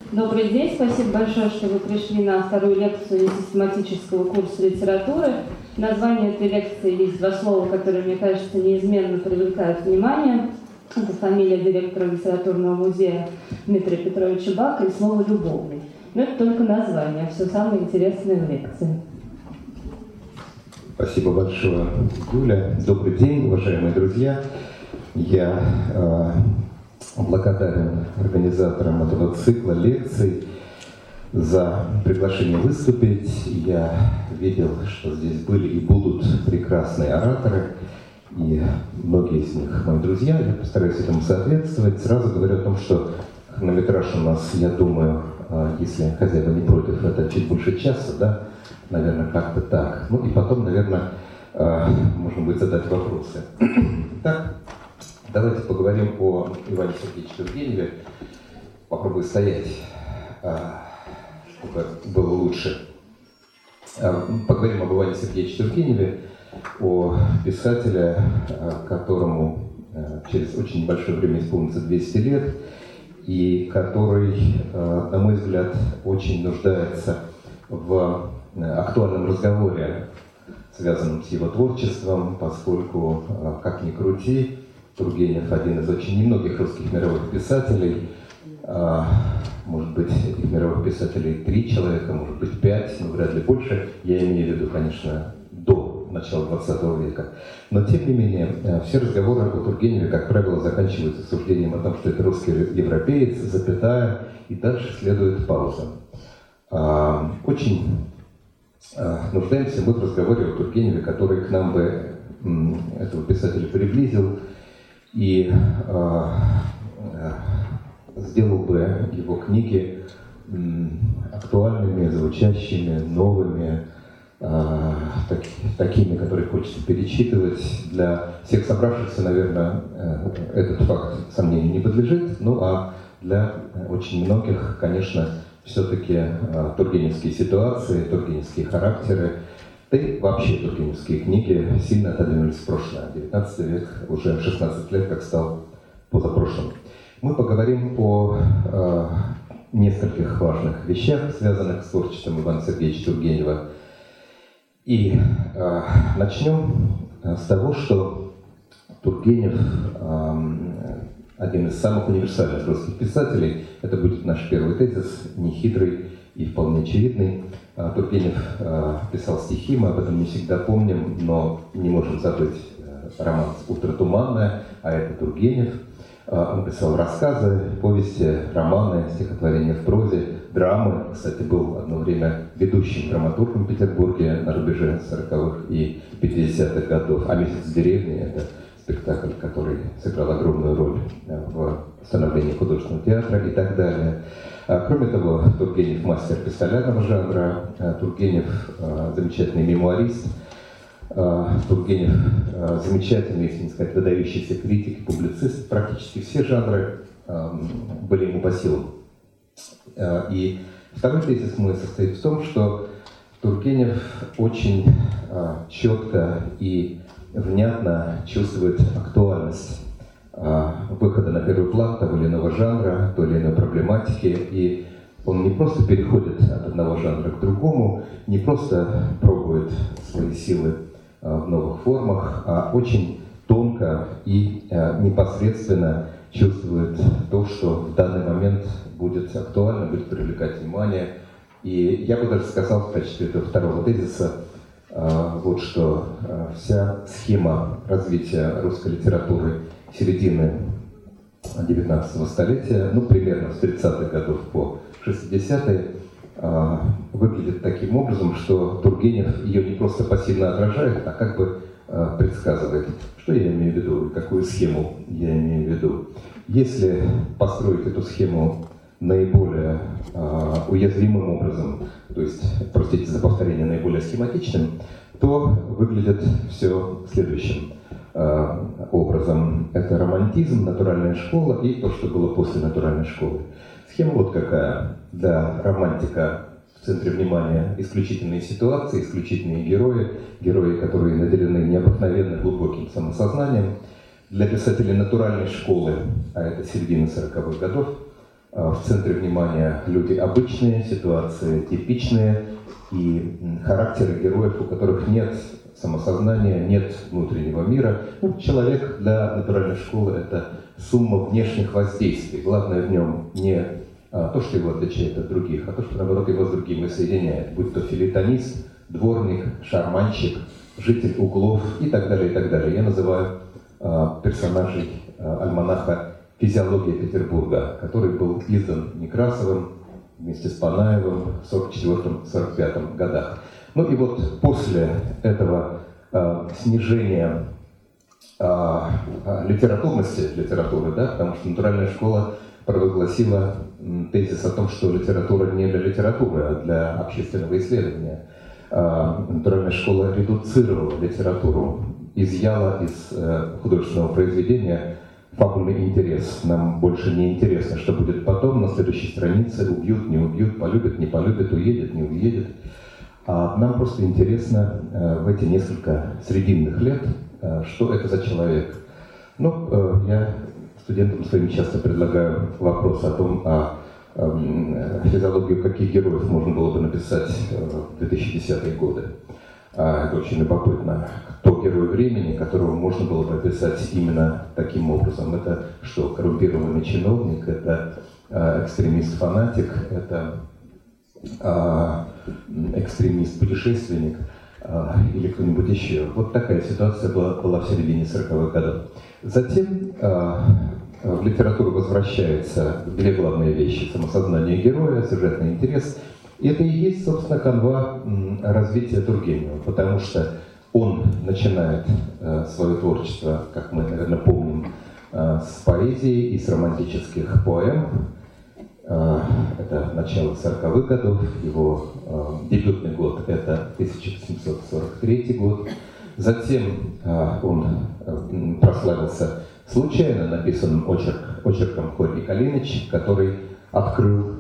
Добрый день, спасибо большое, что вы пришли на вторую лекцию несистематического курса литературы. Название этой лекции есть два слова, которые, мне кажется, неизменно привлекают внимание. Это фамилия директора литературного музея Дмитрия Петровича Бака и слово «любовный». Но это только название, а все самое интересное в лекции. Спасибо большое, Юля. Добрый день, уважаемые друзья. Я благодарен организаторам этого цикла лекций за приглашение выступить. Я видел, что здесь были и будут прекрасные ораторы, и многие из них мои друзья. Я постараюсь этому соответствовать. Сразу говорю о том, что хронометраж у нас, я думаю, если хозяева не против, это чуть больше часа, да? Наверное, как-то так. Ну и потом, наверное, можно будет задать вопросы. Итак, давайте поговорим о Иване Сергеевиче Тургеневе. Попробую стоять, чтобы было лучше. Поговорим об Иване Сергеевиче Тургеневе, о писателе, которому через очень небольшое время исполнится 200 лет, и который, на мой взгляд, очень нуждается в актуальном разговоре, связанном с его творчеством, поскольку, как ни крути, Тургенев один из очень немногих русских мировых писателей. Может быть, этих мировых писателей 3 человека, может быть 5, но вряд ли больше. Я имею в виду, конечно, до начала 20 века. Но, тем не менее, все разговоры о Тургеневе, как правило, заканчиваются суждением о том, что это русский европеец, запятая, и дальше следует пауза. Очень нуждаемся мы в разговоре о Тургеневе, который к нам бы этого писателя приблизил и сделал бы его книги актуальными, звучащими, новыми, такими, которые хочется перечитывать. Для всех собравшихся, наверное, этот факт сомнению не подлежит, ну а для очень многих, конечно, все-таки тургеневские ситуации, тургеневские характеры, да и вообще тургеневские книги сильно отодвинулись в прошлое. 19 век уже 16 лет как стал позапрошлым. Мы поговорим о нескольких важных вещах, связанных с творчеством Ивана Сергеевича Тургенева. И начнем с того, что Тургенев один из самых универсальных русских писателей. Это будет наш первый тезис, нехитрый и вполне очевидный. Тургенев писал стихи, мы об этом не всегда помним, но не можем забыть роман «Утро туманное», а это Тургенев. Он писал рассказы, повести, романы, стихотворения в прозе, драмы. Кстати, был одно время ведущим драматургом в Петербурге на рубеже 40-х и 50-х годов. «А месяц в деревне» — это спектакль, который сыграл огромную роль в становлении художественного театра и так далее. Кроме того, Тургенев мастер пистолярного жанра, Тургенев замечательный мемуарист, Тургенев замечательный, если не сказать, выдающийся критик и публицист. Практически все жанры были ему по силам. И второй тезис мой состоит в том, что Тургенев очень четко и внятно чувствует актуальность выхода на первый план того или иного жанра, той или иной проблематики. И он не просто переходит от одного жанра к другому, не просто пробует свои силы в новых формах, а очень тонко и непосредственно чувствует то, что в данный момент будет актуально, будет привлекать внимание. И я бы даже сказал в качестве этого второго тезиса, вот что вся схема развития русской литературы середины 19 столетия, ну, примерно с 30-х годов по 60-е, выглядит таким образом, что Тургенев ее не просто пассивно отражает, а как бы предсказывает. Что я имею в виду, какую схему я имею в виду. Если построить эту схему наиболее уязвимым образом, то есть, простите за повторение, наиболее схематичным, то выглядит все следующим образом. Это романтизм, натуральная школа и то, что было после натуральной школы. Схема вот какая. Для романтика в центре внимания исключительные ситуации, исключительные герои, которые наделены необыкновенно глубоким самосознанием. Для писателей натуральной школы, а это середина 40-х годов, в центре внимания люди обычные, ситуации типичные и характеры героев, у которых нет самосознания, нет внутреннего мира. Человек для натуральной школы – это сумма внешних воздействий. Главное в нем не то, что его отличает от других, а то, что, наоборот, его с другими соединяет. Будь то филитонист, дворник, шарманщик, житель углов и так далее, и так далее. Я называю персонажей альманаха «Физиология Петербурга», который был издан Некрасовым вместе с Панаевым в 1944-1945 годах. Ну и вот после этого снижения литературности литературы, да, потому что натуральная школа провозгласила тезис о том, что литература не для литературы, а для общественного исследования. Натуральная школа редуцировала литературу, изъяла из художественного произведения фабульный интерес. Нам больше не интересно, что будет потом, на следующей странице, убьют, не убьют, полюбят, не полюбят, уедет, не уедет. А нам просто интересно в эти несколько срединных лет, что это за человек. Ну, я студентам своим часто предлагаю вопрос о том, физиологию каких героев можно было бы написать в 2010-е годы. Это очень любопытно. Кто герой времени, которого можно было бы описать именно таким образом? Это что, коррумпированный чиновник, это экстремист-фанатик, это экстремист-путешественник или кто-нибудь еще. Вот такая ситуация была в середине 40-х годов. Затем в литературу возвращаются две главные вещи: самосознание героя, сюжетный интерес. И это и есть, собственно, канва развития Тургенева, потому что он начинает свое творчество, как мы, наверное, помним, с поэзии и с романтических поэм. Это начало 40-х годов, его дебютный год – это 1843 год. Затем он прославился случайно написанным очерком «Хорь и Калиныч», который открыл,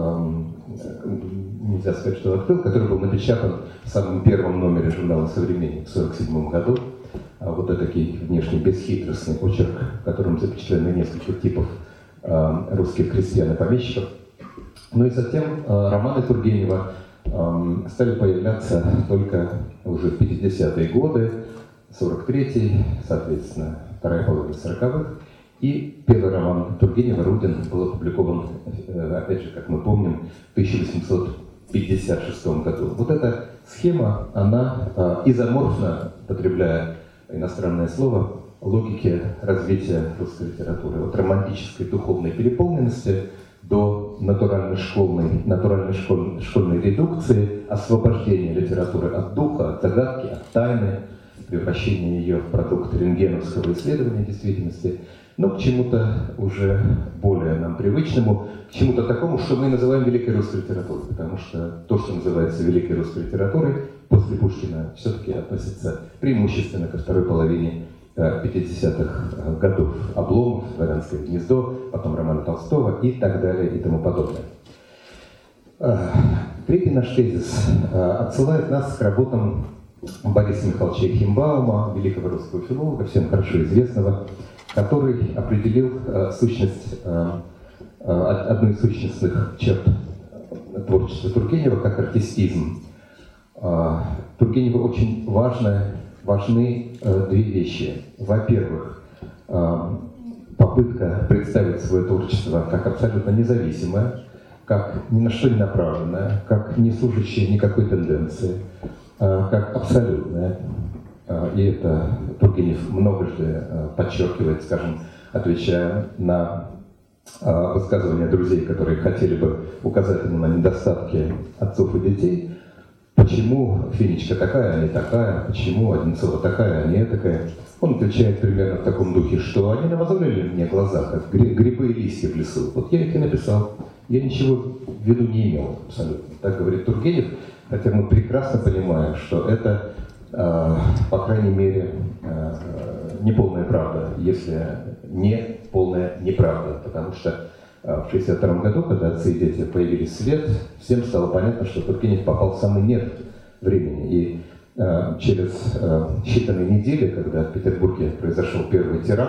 нельзя сказать, что открыл, который был напечатан в самом первом номере журнала «Современник» в 1947 году. Вот этакий внешне бесхитростный очерк, в котором запечатлены несколько типов русских крестьян и помещиков. Ну и затем романы Тургенева стали появляться только уже в 50-е годы, 43-й, соответственно, вторая половина 40-х. И первый роман Тургенева «Рудин» был опубликован, опять же, как мы помним, в 1856 году. Вот эта схема, она изоморфна, потребляя иностранное слово, логики развития русской литературы. От романтической духовной переполненности до натуральной школьной редукции, освобождения литературы от духа, от загадки, от тайны, превращения ее в продукт рентгеновского исследования действительности, но к чему-то уже более нам привычному, к чему-то такому, что мы называем великой русской литературой. Потому что то, что называется великой русской литературой, после Пушкина все-таки относится преимущественно ко второй половине 50-х годов. Обломов, «Дворянское гнездо», потом романы Толстого и так далее и тому подобное. Третий наш тезис отсылает нас к работам Бориса Михайловича Эйхенбаума, великого русского филолога, всем хорошо известного, который определил сущность, одну из сущностных черт творчества Тургенева как артистизм. Тургеневу очень важны две вещи. Во-первых, попытка представить свое творчество как абсолютно независимое, как ни на что не направленное, как не служащее никакой тенденции, как абсолютное. И это Тургенев многожды подчеркивает, скажем, отвечая на высказывания друзей, которые хотели бы указать ему на недостатки отцов и детей. Почему Фенечка такая, а не такая? Почему Одинцова такая, а не такая? Он отвечает примерно в таком духе, что они намазолили мне глаза, как грибы и листья в лесу. Вот я их и написал. Я ничего в виду не имел абсолютно. Так говорит Тургенев, хотя мы прекрасно понимаем, что это, по крайней мере, не полная правда, если не полная неправда. Потому что в 1962 году, когда «Отцы и дети» появились в свет, всем стало понятно, что Тургенев попал в самый нет времени. И через считанные недели, когда в Петербурге произошел первый теракт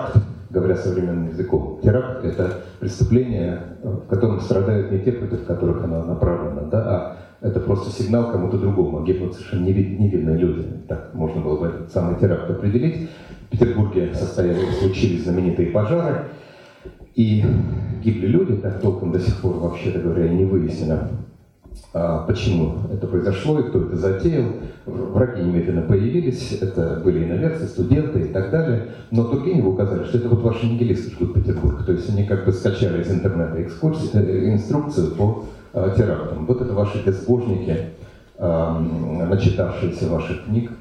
говоря современным языком. Теракт – это преступление, в котором страдают не те, против которых оно направлено, да, а это просто сигнал кому-то другому, гибнут совершенно невинные люди. Так можно было бы этот самый теракт определить. В Петербурге случились знаменитые пожары, и гибли люди, так толком до сих пор, вообще-то говоря, не выяснено, почему это произошло и кто это затеял. Враги немедленно появились, это были иноверцы, студенты и так далее. Но Тургеневу указали, что это вот ваши нигилисты жгут Петербург. То есть они как бы скачали из интернета инструкцию по терактам. Вот это ваши безбожники, начитавшиеся ваших книг,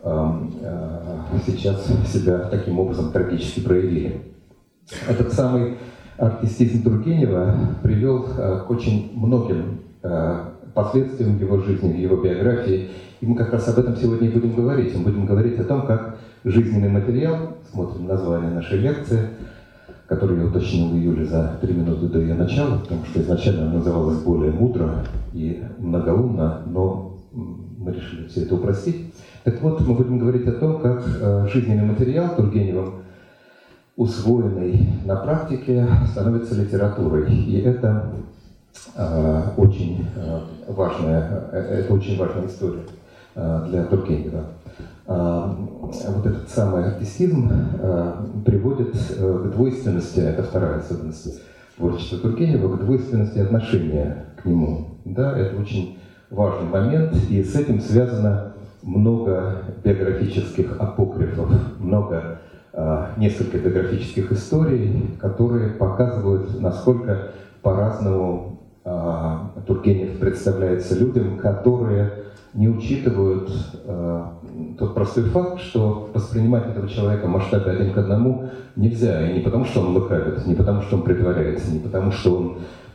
сейчас себя таким образом трагически проявили. Этот самый артистизм Тургенева привел к очень многим последствиям в его жизни, в его биографии. И мы как раз об этом сегодня и будем говорить. Мы будем говорить о том, как жизненный материал, смотрим название нашей лекции, которую я уточнил в июле за 3 минуты до ее начала, потому что изначально она называлась более мудро и многоумно, но мы решили все это упростить. Так вот, мы будем говорить о том, как жизненный материал Тургеневым, усвоенный на практике, становится литературой. И это очень важная история для Тургенева. Вот этот самый артистизм приводит к двойственности, это вторая особенность творчества Тургенева, к двойственности отношения к нему. Да, это очень важный момент, и с этим связано много биографических апокрифов, несколько биографических историй, которые показывают, насколько по-разному Тургенев представляется людям, которые не учитывают тот простой факт, что воспринимать этого человека в масштабе 1 к 1 нельзя. И не потому, что он лукавит, не потому, что он притворяется, не потому, что он,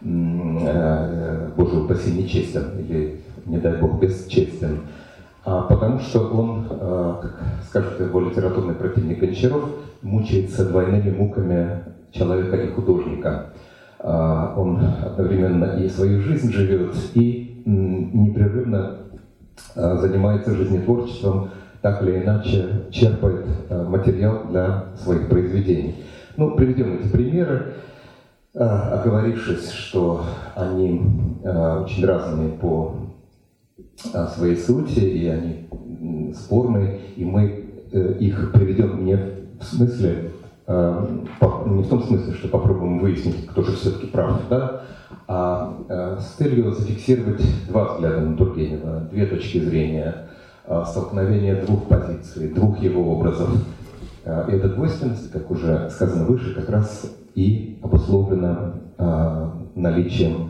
боже упаси, нечестен или, не дай бог, бесчестен, а потому что он, как скажет его литературный противник Гончаров, мучается двойными муками человека и художника. Он одновременно и свою жизнь живет, и непрерывно занимается жизнетворчеством, так или иначе черпает материал для своих произведений. Ну, приведем эти примеры, оговорившись, что они очень разные по своей сути, и они спорные, и мы их приведем не в смысле, не в том смысле, что попробуем выяснить, кто же все-таки прав, да, а с целью зафиксировать 2 взгляда на Тургенева, 2 точки зрения, столкновение 2 позиций, 2 его образов. И эта двойственность, как уже сказано выше, как раз и обусловлена наличием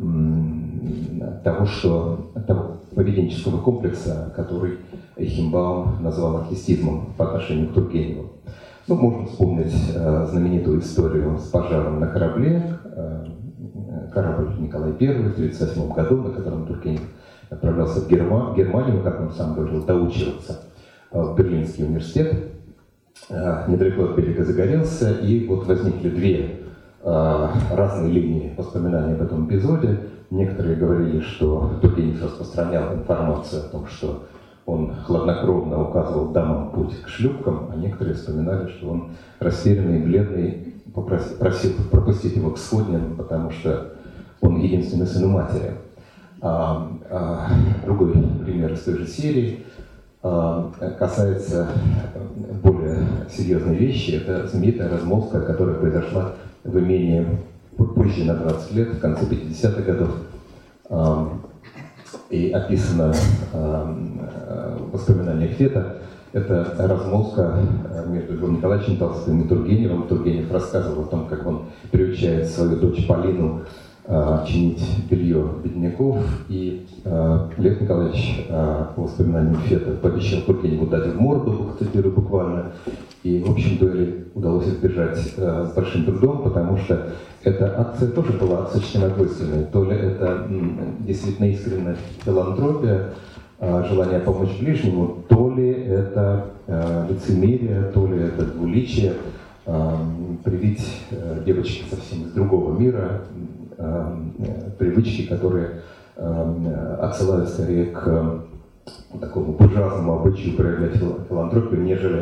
того поведенческого комплекса, который Эйхенбаум назвал артистизмом по отношению к Тургеневу. Ну, можно вспомнить знаменитую историю с пожаром на корабле, корабль Николай I в 1938 году, на котором Тургенев отправлялся в Германию, как он сам говорил, доучиваться в Берлинский университет. Недалеко от берега загорелся, и вот возникли 2 разные линии воспоминаний об этом эпизоде. Некоторые говорили, что Тургенев распространял информацию о том, что он хладнокровно указывал дамам путь к шлюпкам, а некоторые вспоминали, что он растерянный и бледный просил пропустить его к сходням, потому что он единственный сын у матери. Другой пример из той же серии касается более серьезной вещи. Это знаменитая размолвка, которая произошла в имении позже на 20 лет, в конце 50-х годов, и описано в воспоминаниях Фета. Это размолвка между Львом Николаевичем Толстым и Тургеневым. Тургенев рассказывал о том, как он приучает свою дочь Полину чинить белье бедняков, и Лев Николаевич, по воспоминаниям Фета, пообещал Тургеневу дать в морду, цитирую буквально, и, в общем, дуэли удалось избежать с большим трудом, потому что эта акция тоже была сочтена двойственной. То ли это действительно искренняя филантропия, желание помочь ближнему, то ли это лицемерие, то ли это двуличие, привить девочке совсем из другого мира, привычки, которые отсылают скорее к такому буржуазному обычаю проявлять филантропию, нежели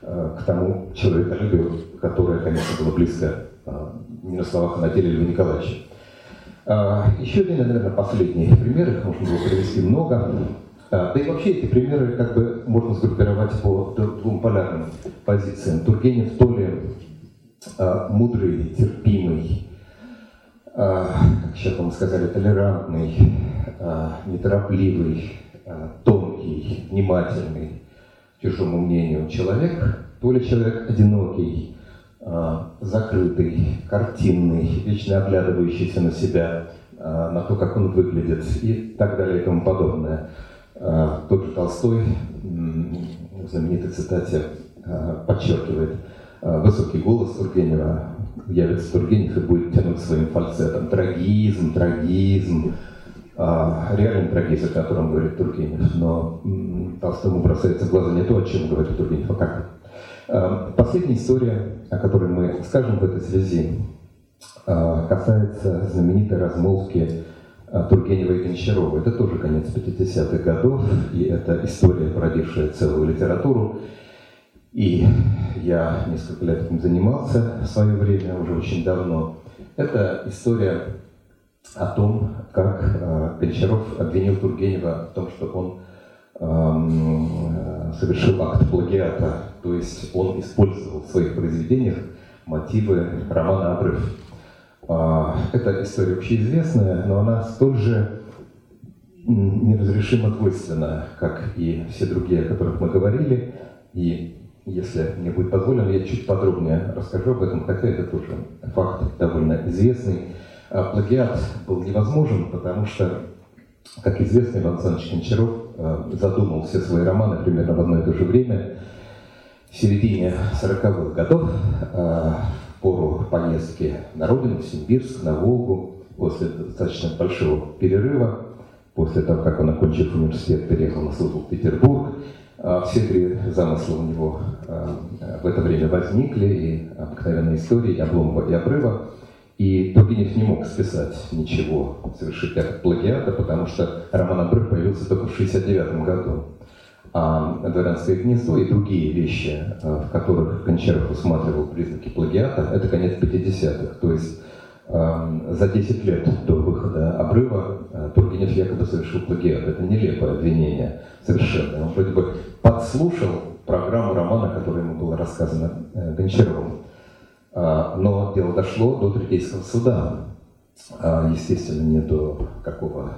к тому человеколюбию, которое, конечно, было близко не на словах, а на деле Льва Николаевича. Еще один, наверное, последний пример, их можно было привести много. Да и вообще эти примеры как бы можно сгруппировать по двум полярным позициям. Тургенев то ли мудрый, терпимый, как сейчас вам сказали, толерантный, неторопливый, тонкий, внимательный к чужому мнению человек, то ли человек одинокий, закрытый, картинный, вечно оглядывающийся на себя, на то, как он выглядит и так далее и тому подобное. Тот же Толстой в знаменитой цитате подчеркивает: высокий голос Тургенева, явится Тургенев и будет тянуть своим фальцетом. Трагизм, трагизм, реальный трагизм, о котором говорит Тургенев, но Толстому бросается в глаза не то, о чем говорит Тургенев, а как. Последняя история, о которой мы скажем в этой связи, касается знаменитой размолвки Тургенева и Гончарова. Это тоже конец 50-х годов, и это история, породившая целую литературу. И я несколько лет этим занимался в свое время, уже очень давно. Это история о том, как Гончаров обвинил Тургенева в том, что он совершил акт плагиата, то есть он использовал в своих произведениях мотивы романа «Обрыв». Эта история общеизвестная, но она столь же неразрешимо двойственна, как и все другие, о которых мы говорили. И если мне будет позволено, я чуть подробнее расскажу об этом, хотя это тоже факт довольно известный. Плагиат был невозможен, потому что, как известно, Иван Александрович Гончаров задумал все свои романы примерно в одно и то же время, в середине 40-х годов, в пору поездки на родину, в Симбирск, на Волгу, после достаточно большого перерыва, после того, как он, окончив университет, переехал на службу в Петербург. Все три замысла у него в это время возникли, и обыкновенная история, и Обломова, и Обрыва. И Тургенев не мог списать ничего, совершить акт плагиата, потому что роман «Обрыв» появился только в 1969 году. А «Дворянское гнездо» и другие вещи, в которых Гончаров усматривал признаки плагиата, это конец 50-х. То есть за 10 лет до выхода «Обрыва» Тургенев якобы совершил плагиат. Это нелепое обвинение совершенно. Он вроде бы подслушал программу романа, которая ему была рассказана Гончаровым. Но дело дошло до Третейского суда. Естественно, не до какого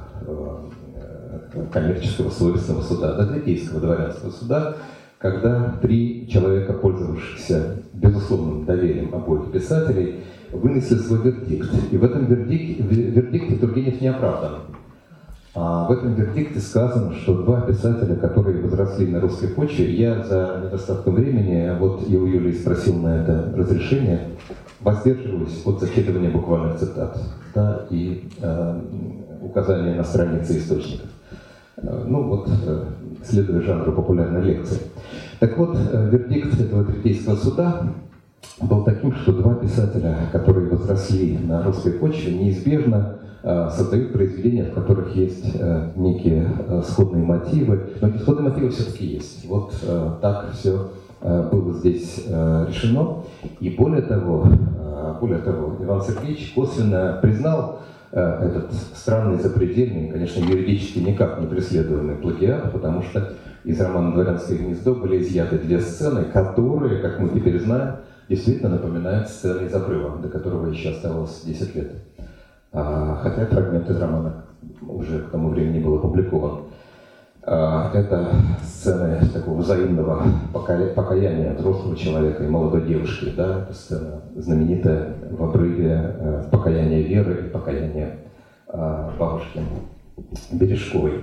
коммерческого совестного суда, до Третейского дворянского суда, когда три человека, пользовавшихся безусловным доверием обоих писателей, вынесли свой вердикт. И в этом вердикте Тургенев не оправдан. А в этом вердикте сказано, что два писателя, которые возросли на русской почве, я за недостатком времени, вот и у Юлии спросил на это разрешение, воздерживаюсь от зачитывания буквальных цитат, да, и указания на страницы источников. Ну вот, следуя жанру популярной лекции. Так вот, вердикт этого Третейского суда был таким, что два писателя, которые возросли на русской почве, неизбежно создают произведения, в которых есть некие сходные мотивы, но эти сходные мотивы все-таки есть. Вот так все было здесь решено. И более того, Иван Сергеевич косвенно признал этот странный, запредельный, конечно, юридически никак не преследуемый плагиат, потому что из романа «Дворянское гнездо» были изъяты две сцены, которые, как мы теперь знаем, действительно напоминают сцены из «Обрыва», до которого еще оставалось 10 лет. Хотя фрагмент из романа уже к тому времени был опубликован. Это сцены такого взаимного покаяния взрослого человека и молодой девушки. Да? Это сцена знаменитая в «Обрыве», покаяние Веры и покаяние бабушки Бережковой.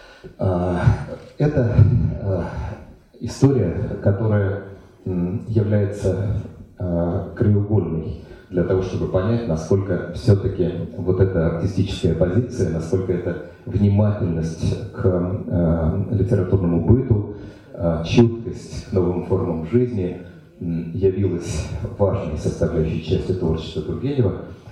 Это история, которая является краеугольной для того, чтобы понять, насколько все-таки вот эта артистическая позиция, насколько эта внимательность к литературному быту, чуткость к новым формам жизни явилась важной составляющей частью творчества Тургенева.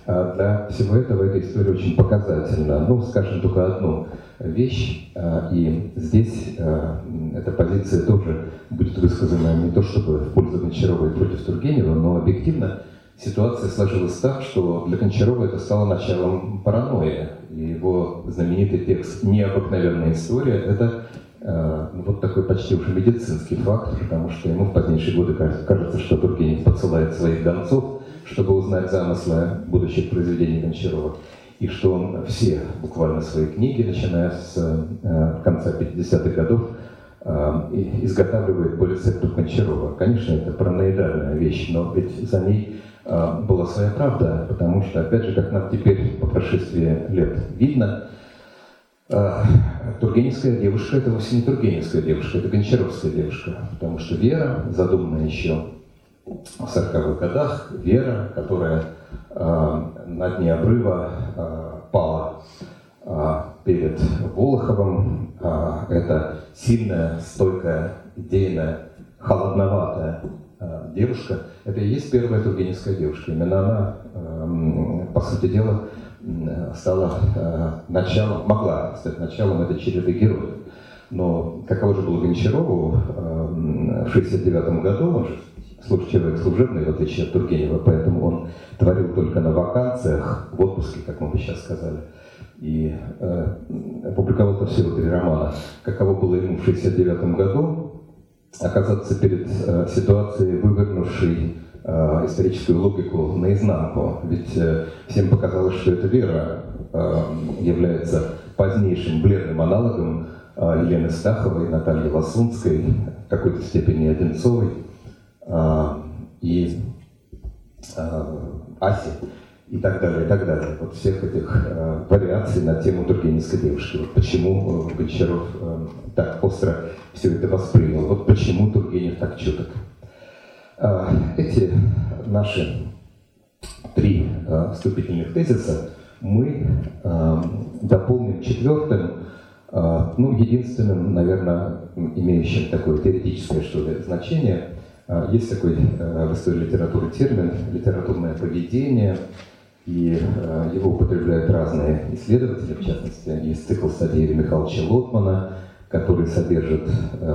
Для всего этого эта история очень показательна. Ну, скажем только одну вещь, и здесь эта позиция тоже будет высказана не то чтобы в пользу Гончарова и против Тургенева, но объективно ситуация сложилась так, что для Гончарова это стало началом паранойи. И его знаменитый текст «Необыкновенная история» — это вот такой почти уже медицинский факт, потому что ему в позднейшие годы кажется, что Тургенев подсылает своих гонцов, чтобы узнать замыслы будущих произведений Гончарова, и что он все буквально свои книги, начиная с конца 50-х годов, изготавливает по рецепту Гончарова. Конечно, это параноидальная вещь, но ведь за ней была своя правда, потому что, опять же, как нам теперь по прошествии лет видно, тургеневская девушка — это вовсе не тургеневская девушка, это гончаровская девушка, потому что Вера, задуманная еще в 40-х годах, Вера, которая на дне обрыва пала перед Волоховым, это сильная, стойкая, идейная, холодноватая девушка, это и есть первая тургеневская девушка. Именно она, по сути дела, стала началом, могла стать началом этой череды героев. Но каково же было Гончарову в 1969 году, он же человек служебный, в отличие от Тургенева, поэтому он творил только на вакансиях, в отпуске, как мы бы сейчас сказали, и опубликовал всего 3 романа. Каково было ему в 1969 году оказаться перед ситуацией, вывернувшей историческую логику наизнанку. Ведь всем показалось, что эта Вера является позднейшим бледным аналогом Елены Стаховой, Натальи Ласунской, в какой-то степени Одинцовой и Аси и так далее, и так далее. Вот всех этих вариаций на тему тургеневской девушки. Вот почему Гончаров так остро все это воспринял. Вот почему Тургенев так чуток. Эти наши 3 вступительных тезиса мы дополним 4-м, ну, единственным, наверное, имеющим такое теоретическое, что ли, значение. Есть такой в истории литературы термин «литературное поведение», и его употребляют разные исследователи, в частности, есть цикл статей Игоря Михайловича Лотмана, который содержит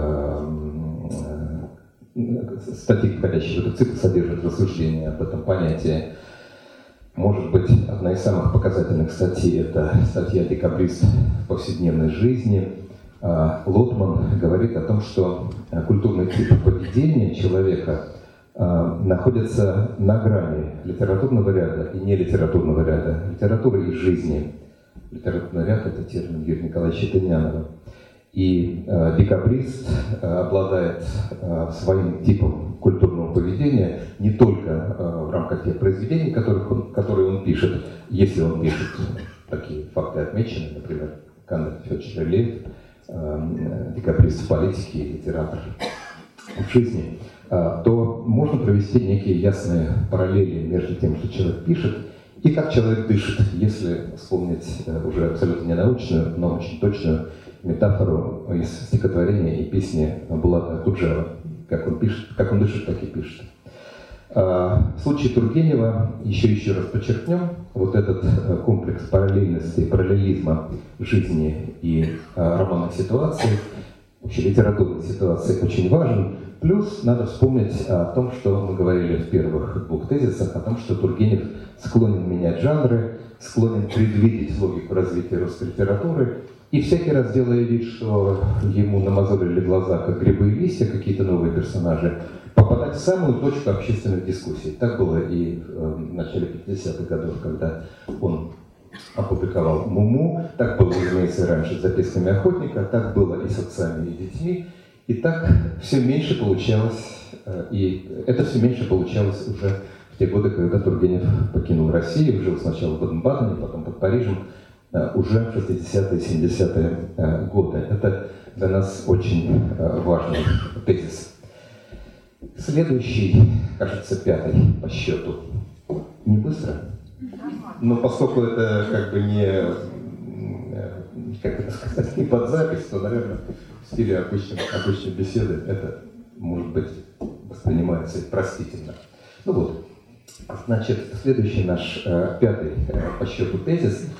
статьи, входящие в этот цикл, содержат рассуждения об этом понятии. Может быть, одна из самых показательных статей – это статья «Декабрист в повседневной жизни». Лотман говорит о том, что культурный тип поведения человека находится на грани литературного ряда и нелитературного ряда, литературы и жизни. Литературный ряд – это термин Юрия Николаевича Тынянова. И декабрист обладает своим типом культурного поведения не только в рамках тех произведений, которые он пишет, если он пишет, такие факты отмечены, например, Кандель Федорович Рылеев, декабрист в политике и литератор в жизни, то можно провести некие ясные параллели между тем, что человек пишет, и как человек дышит, если вспомнить уже абсолютно не научную, но очень точную метафору из стихотворения и песни Булата Акуджава. Как он пишет, как он дышит, так и пишет. В случае Тургенева еще раз подчеркнем вот этот комплекс параллельности, параллелизма жизни и романных ситуаций, вообще литературной ситуации очень важен. Плюс надо вспомнить о том, что мы говорили в первых 2 тезисах, о том, что Тургенев склонен менять жанры, склонен предвидеть логику развития русской литературы, и всякий раз делая вид, что ему намазолили глаза, как грибы и листья, какие-то новые персонажи, попадать в самую точку общественных дискуссий. Так было и в начале 50-х годов, когда он опубликовал «Муму», так было, разумеется, и раньше с «Записками охотника», так было и с «Отцами и детьми», и так все меньше получалось, и это все меньше получалось уже в те годы, когда Тургенев покинул Россию, жил сначала в Баден-Бадене, потом под Парижем, уже в 60-е, 70-е годы. Это для нас очень важный тезис. Следующий, кажется, 5-й по счету. Не быстро? Но поскольку это как бы не, как это сказать, не под запись, то, наверное, в стиле обычной беседы это, может быть, воспринимается простительно. Ну вот, Значит, следующий наш пятый по счету тезис,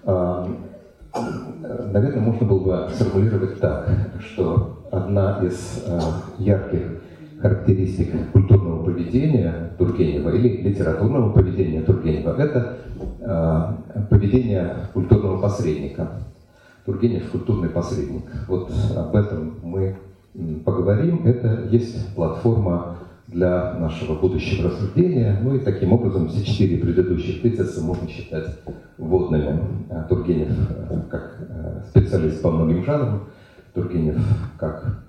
наверное, можно было бы сформулировать так, что одна из ярких характеристик культурного поведения Тургенева или литературного поведения Тургенева – это поведение культурного посредника. Тургенев – культурный посредник. Вот об этом мы поговорим. Это есть платформа для нашего будущего рассуждения. Ну и таким образом все 4 предыдущих тезиса можно считать вводными. Тургенев как специалист по многим жанрам, Тургенев как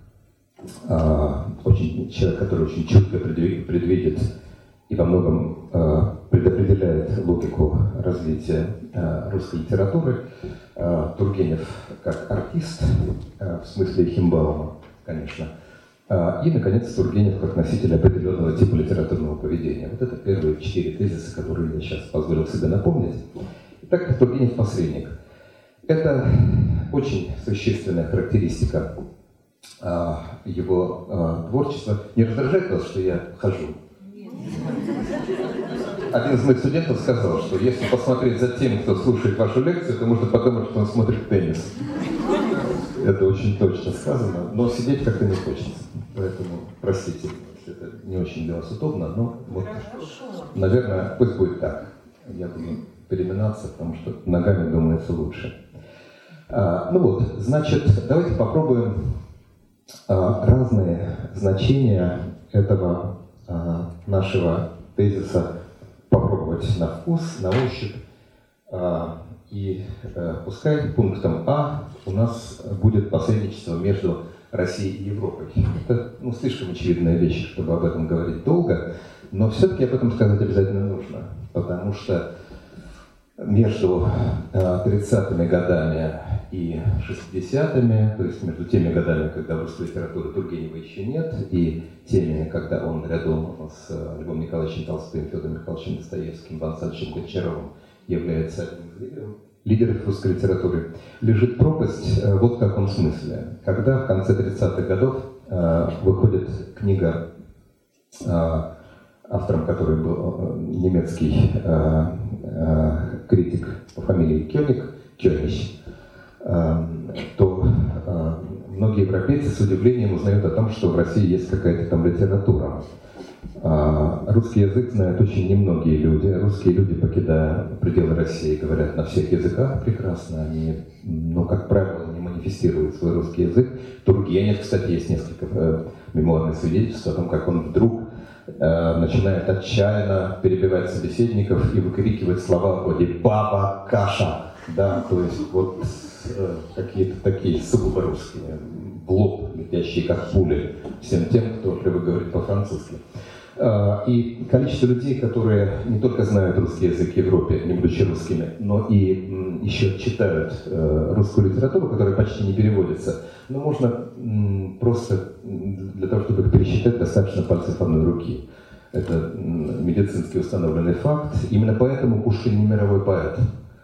человек, который очень чутко предвидит и во многом предопределяет логику развития русской литературы. Тургенев как артист, в смысле Химбаума, конечно. И, наконец, Тургенев как носитель определенного типа литературного поведения. Вот это первые 4 тезиса, которые я сейчас позволил себе напомнить. Итак, Тургенев посредник. Это очень существенная характеристика его творчества. Не раздражает вас, что я хожу? Один из моих студентов сказал, что если посмотреть за тем, кто слушает вашу лекцию, то можно подумать, что он смотрит теннис. Это очень точно сказано, но сидеть как-то не хочется. Поэтому, простите, если это не очень для вас удобно, но вот, наверное, пусть будет так. Я буду переминаться, потому что ногами думается лучше. Ну вот, значит, давайте попробуем разные значения этого нашего тезиса попробовать на вкус, на ощупь. И пускай пунктом А у нас будет посредничество между Россией и Европой. Это слишком очевидная вещь, чтобы об этом говорить долго, но все-таки об этом сказать обязательно нужно, потому что между 30-ми годами и 60-ми, то есть между теми годами, когда в русской литературе Тургенева еще нет, и теми, когда он рядом с Львом Николаевичем Толстым, Федором Михайловичем Достоевским, Иваном Александровичем Гончаровым является одним из лидеров русской литературы, лежит пропасть вот в каком смысле. Когда в конце 30-х годов выходит книга, автором которой был немецкий критик по фамилии Кёнич, то многие европейцы с удивлением узнают о том, что в России есть какая-то там литература. Русский язык знают очень немногие люди. Русские люди, покидая пределы России, говорят на всех языках прекрасно. Они, как правило, не манифестируют свой русский язык. Тургенев, кстати, есть несколько мемуарных свидетельств о том, как он вдруг начинает отчаянно перебивать собеседников и выкрикивать слова вроде «баба, каша». Да, то есть вот какие-то такие сугубо русские, в лоб летящие как пули всем тем, кто привык говорить по-французски. И количество людей, которые не только знают русский язык в Европе, не будучи русскими, но и еще читают русскую литературу, которая почти не переводится, можно просто для того, чтобы их пересчитать, достаточно пальцев одной руки. Это медицински установленный факт. Именно поэтому Пушкин не мировой поэт.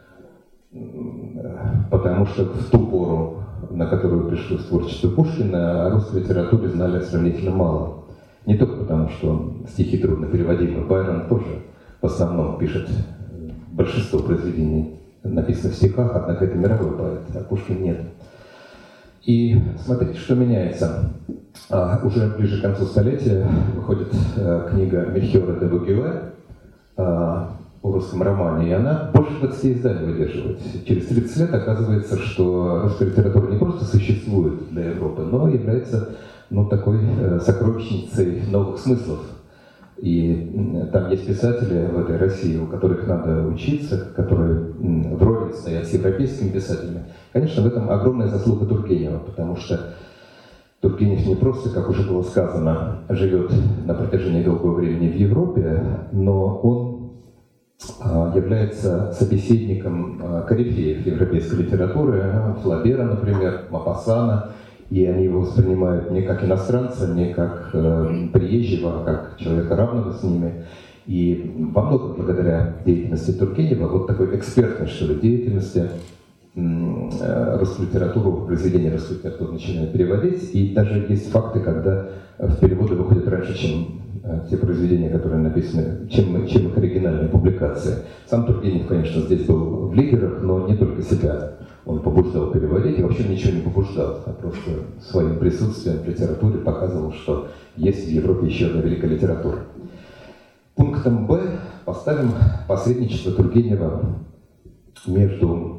Потому что в ту пору, на которую пришлось творчество Пушкина, о русской литературе знали сравнительно мало. Не только потому, что стихи трудно переводимы. Байрон тоже в основном пишет большинство произведений, написанных в стихах, однако это мировой поэт, а Пушкин нет. И смотрите, что меняется. Уже ближе к концу столетия выходит книга Мельхиора де Бугюэ о русском романе, и она больше 20 изданий выдерживает. Через 30 лет оказывается, что русская литература не просто существует для Европы, но является такой сокровищницей новых смыслов. И там есть писатели в этой России, у которых надо учиться, которые вровень стоят с европейскими писателями. Конечно, в этом огромная заслуга Тургенева, потому что Тургенев не просто, как уже было сказано, живет на протяжении долгого времени в Европе, но он является собеседником корифеев европейской литературы, Флабера, например, Мопассана, и они его воспринимают не как иностранца, не как приезжего, а как человека равного с ними. И во многом благодаря деятельности Тургенева, вот такой экспертной, что ли, деятельности, русскую литературу, произведения русской литературы начинают переводить, и даже есть факты, когда в переводы выходят раньше, чем те произведения, которые написаны, чем их оригинальные публикации. Сам Тургенев, конечно, здесь был в лидерах, но не только себя он побуждал переводить, и вообще ничего не побуждал, а просто своим присутствием в литературе показывал, что есть в Европе еще одна великая литература. Пунктом Б поставим посредничество Тургенева между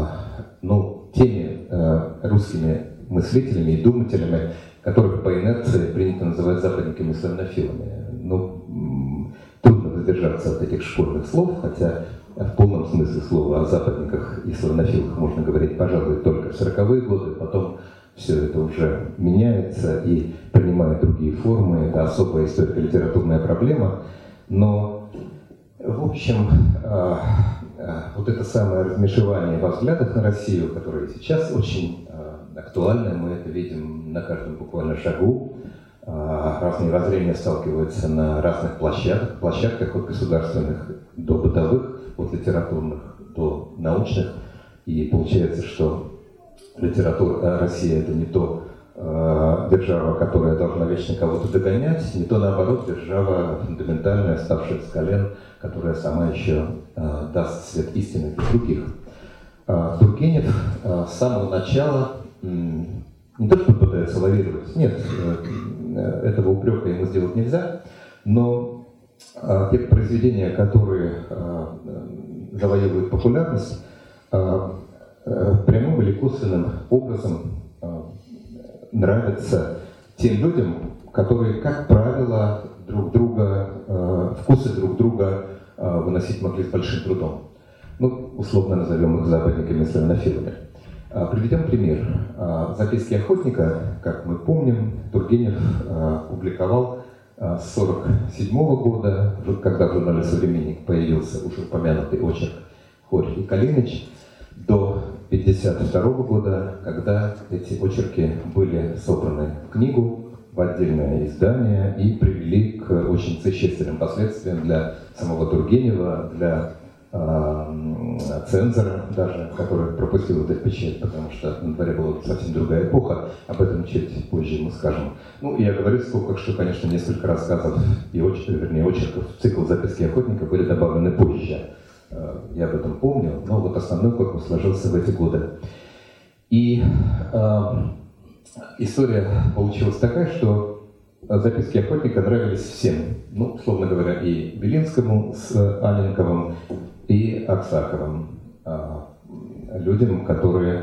теми русскими мыслителями и думателями, которых по инерции принято называть западниками и славянофилами. Трудно воздержаться от этих школьных слов, хотя в полном смысле слова о западниках и славянофилах можно говорить, пожалуй, только в 40-е годы, потом все это уже меняется и принимает другие формы, это особая историко-литературная проблема, но, в общем, вот это самое размешивание во взглядах на Россию, которое сейчас очень актуально, мы это видим на каждом буквально шагу. Разные воззрения сталкиваются на разных площадках от государственных до бытовых, от литературных до научных. И получается, что Россия — это не то держава, которая должна вечно кого-то догонять, не то, наоборот, держава фундаментальная, ставшая с колен, которая сама еще даст свет истины для других. Тургенев с самого начала не то, что пытается лавировать, нет, этого упрека ему сделать нельзя, но те произведения, которые завоевывают популярность, прямым или косвенным образом нравятся тем людям, которые, как правило, вкусы друг друга выносить могли с большим трудом. Условно назовем их западниками и славянофилами. Приведем пример. Записки охотника, как мы помним, Тургенев публиковал с 1947 года, когда в журнале «Современник» появился уже упомянутый очерк «Хорь и Калиныч», до 1952 года, когда эти очерки были собраны в книгу, в отдельное издание и привели к очень существенным последствиям для самого Тургенева, для цензора даже, который пропустил эту печать, потому что на дворе была совсем другая эпоха, об этом чуть позже мы скажем. И я говорю в скобках, что, конечно, несколько рассказов и очерков в цикл «Записки охотника» были добавлены позже. Я об этом помню, но вот основной корпус сложился в эти годы. И история получилась такая, что записки охотника нравились всем. Условно говоря, и Белинскому с Анненковым, и Аксаковым. Людям, которые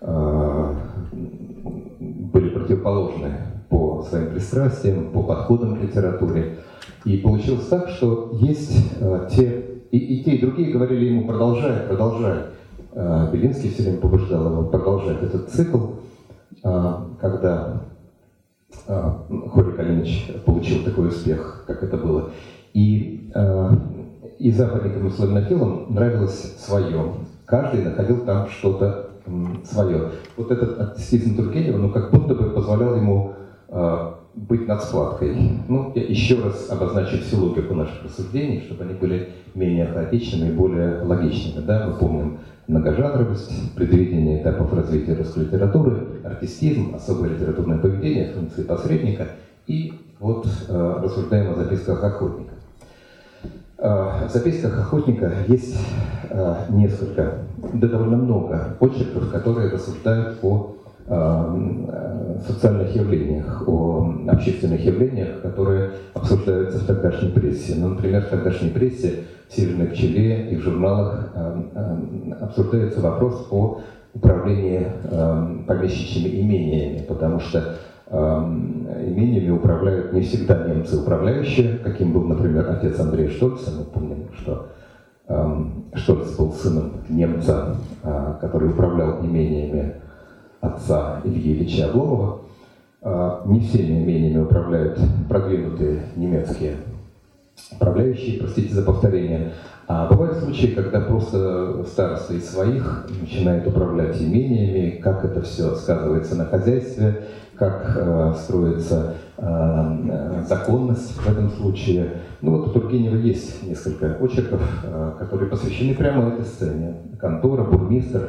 были противоположны по своим пристрастиям, по подходам к литературе. И получилось так, что есть и те, и другие говорили ему: продолжай. Белинский все время побуждал его продолжать этот цикл. Когда Хорь и Калиныч получил такой успех, как это было. И западникам и славянофилам нравилось свое. Каждый находил там что-то свое. Вот этот аттестизм Тургенева, как будто бы позволял ему быть над складкой. Я еще раз обозначу всю логику наших рассуждений, чтобы они были менее хаотичными и более логичными. Да? Мы помним многожанровость, предвидение этапов развития русской литературы, артистизм, особое литературное поведение, функции посредника. И вот рассуждаем о записках охотника. В записках охотника есть несколько, довольно много очерков, которые рассуждают о социальных явлениях, о общественных явлениях, которые обсуждаются в тогдашней прессе. Например, в тогдашней прессе, в «Северной пчеле» и в журналах обсуждается вопрос о управлении помещичьими имениями, потому что имениями управляют не всегда немцы управляющие, каким был, например, отец Андрея Штольца. Мы помним, что Штольц был сыном немца, который управлял имениями отца Ильи Ильича Обломова. Не всеми имениями управляют продвинутые немецкие управляющие, простите за повторение. А бывают случаи, когда просто староста из своих начинает управлять имениями, как это все сказывается на хозяйстве, как строится законность в этом случае. У Тургенева есть несколько очерков, которые посвящены прямо этой сцене. Контора, бурмистр,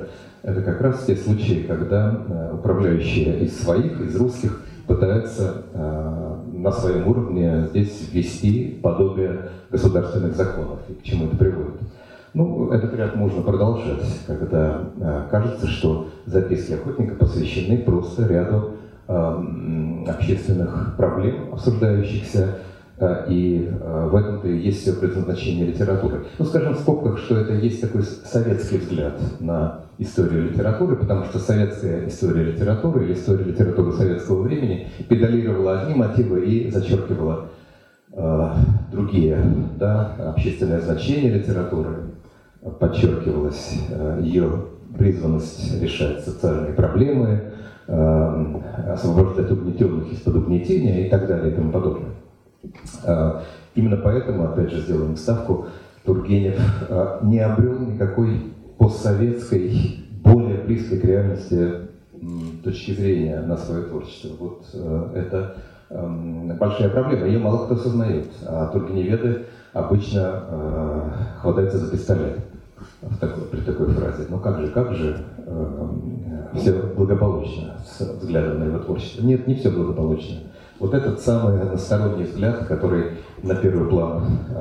это как раз те случаи, когда управляющие из своих, из русских, пытаются на своем уровне здесь ввести подобие государственных законов. И к чему это приводит? Ну, этот ряд можно продолжать, когда кажется, что записки охотника посвящены просто ряду общественных проблем, обсуждающихся, и в этом-то и есть все предназначение литературы. Ну, скажем в скобках, что это есть такой советский взгляд на историю литературы, потому что советская история литературы или история литературы советского времени педалировала одни мотивы и зачеркивала другие, да, общественное значение литературы, подчеркивалась ее призванность решать социальные проблемы, освобождать угнетенных из-под угнетения и так далее и тому подобное. Именно поэтому, опять же, сделаем ставку, Тургенев не обрел никакой постсоветской, более близкой к реальности точки зрения на свое творчество. Вот это большая проблема, ее мало кто осознает, а тургеневеды обычно хватаются за пистолет при такой фразе. Ну как же, все благополучно с взглядом на его творчество. Нет, не все благополучно. Вот этот самый односторонний взгляд, который на первый план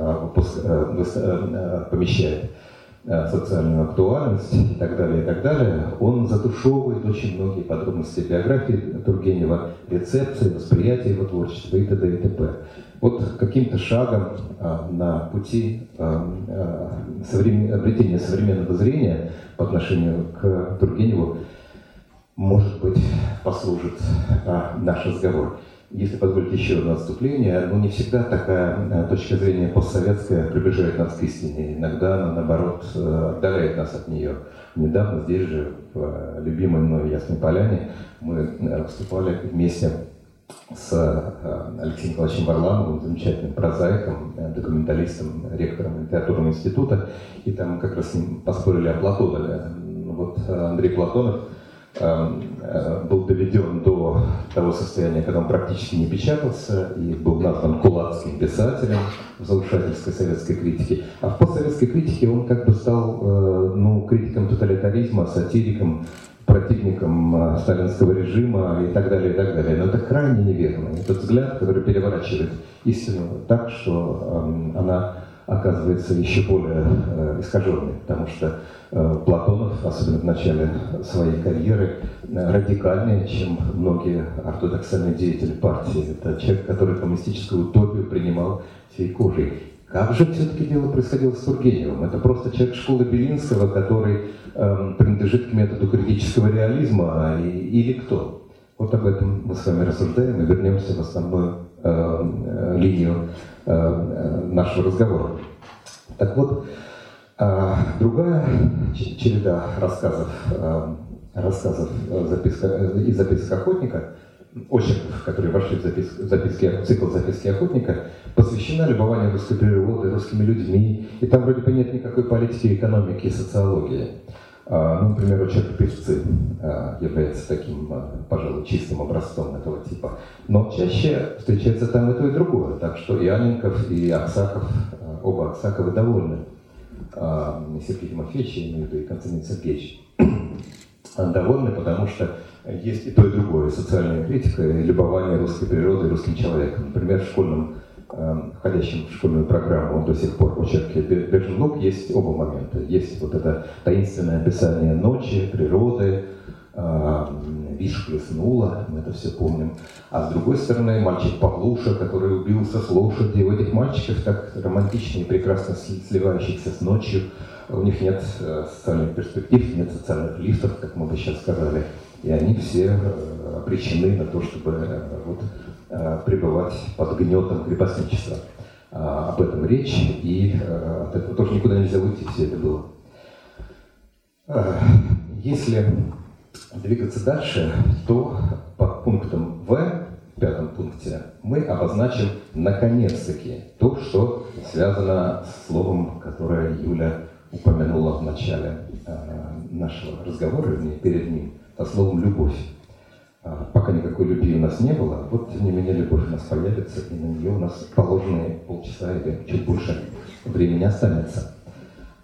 помещает социальную актуальность и так далее, он затушевывает очень многие подробности биографии Тургенева, рецепции, восприятия его творчества и т.д. и т.п. Вот каким-то шагом на пути обретения современного зрения по отношению к Тургеневу, может быть, послужит наш разговор. Если позволите еще одно отступление, не всегда такая точка зрения постсоветская приближает нас к истине. Иногда она, наоборот, отдаляет нас от нее. Недавно здесь же, в любимой мной Ясной Поляне, мы выступали вместе с Алексеем Николаевичем Варламовым, замечательным прозаиком, документалистом, ректором литературного института, и там как раз с ним поспорили о Платонове. Вот Андрей Платонов был доведен до того состояния, когда он практически не печатался и был назван кулацким писателем в заушательской советской критике. А в постсоветской критике он как бы стал критиком тоталитаризма, сатириком, противником сталинского режима и так далее, и так далее. Но это крайне неверно. Этот взгляд, который переворачивает истину так, что она оказывается еще более искаженной, потому что Платонов, особенно в начале своей карьеры, радикальнее, чем многие ортодоксальные деятели партии. Это человек, который коммунистическую утопию принимал всей кожей. Как же все-таки дело происходило с Тургеневым? Это просто человек школы Белинского, который принадлежит к методу критического реализма, или кто? Вот об этом мы с вами рассуждаем и вернемся в основную линию нашего разговора. Так вот, другая череда рассказов из записок охотника, очерков, которые вошли в цикл «Записки охотника», посвящена любованию русской природы, русскими людьми, и там вроде бы нет никакой политики, экономики и социологии. Например, очерк «Певцы» является таким, пожалуй, чистым образцом этого типа. Но чаще встречается там и то, и другое. Так что и Анненков, и Аксаков, оба Аксаковы довольны. Сергей Тимофеевич, я имею в виду, и Константин Сергеевич, довольны, потому что есть и то, и другое. Социальная критика и любование русской природой и русским человеком. Например, входящем в школьную программу до сих пор в очерке «Берженлук» есть оба момента. Есть вот это таинственное описание ночи, природы, Вишь плеснула, мы это все помним. А с другой стороны, мальчик Павлуша, который убился с лошади. У этих мальчиков так романтично и прекрасно сливающихся с ночью. У них нет социальных перспектив, нет социальных лифтов, как мы бы сейчас сказали. И они все обречены на то, чтобы пребывать под гнетом крепостничества. Об этом речь, и от этого тоже никуда нельзя уйти, все это было. Если двигаться дальше, то под пунктом В, в пятом пункте, мы обозначим наконец-таки то, что связано с словом, которое Юля упомянула в начале нашего разговора, вернее, перед ним, со словом «любовь». Пока никакой любви у нас не было, вот тем не менее любовь у нас появится, и на нее у нас положенные полчаса или чуть больше времени останется.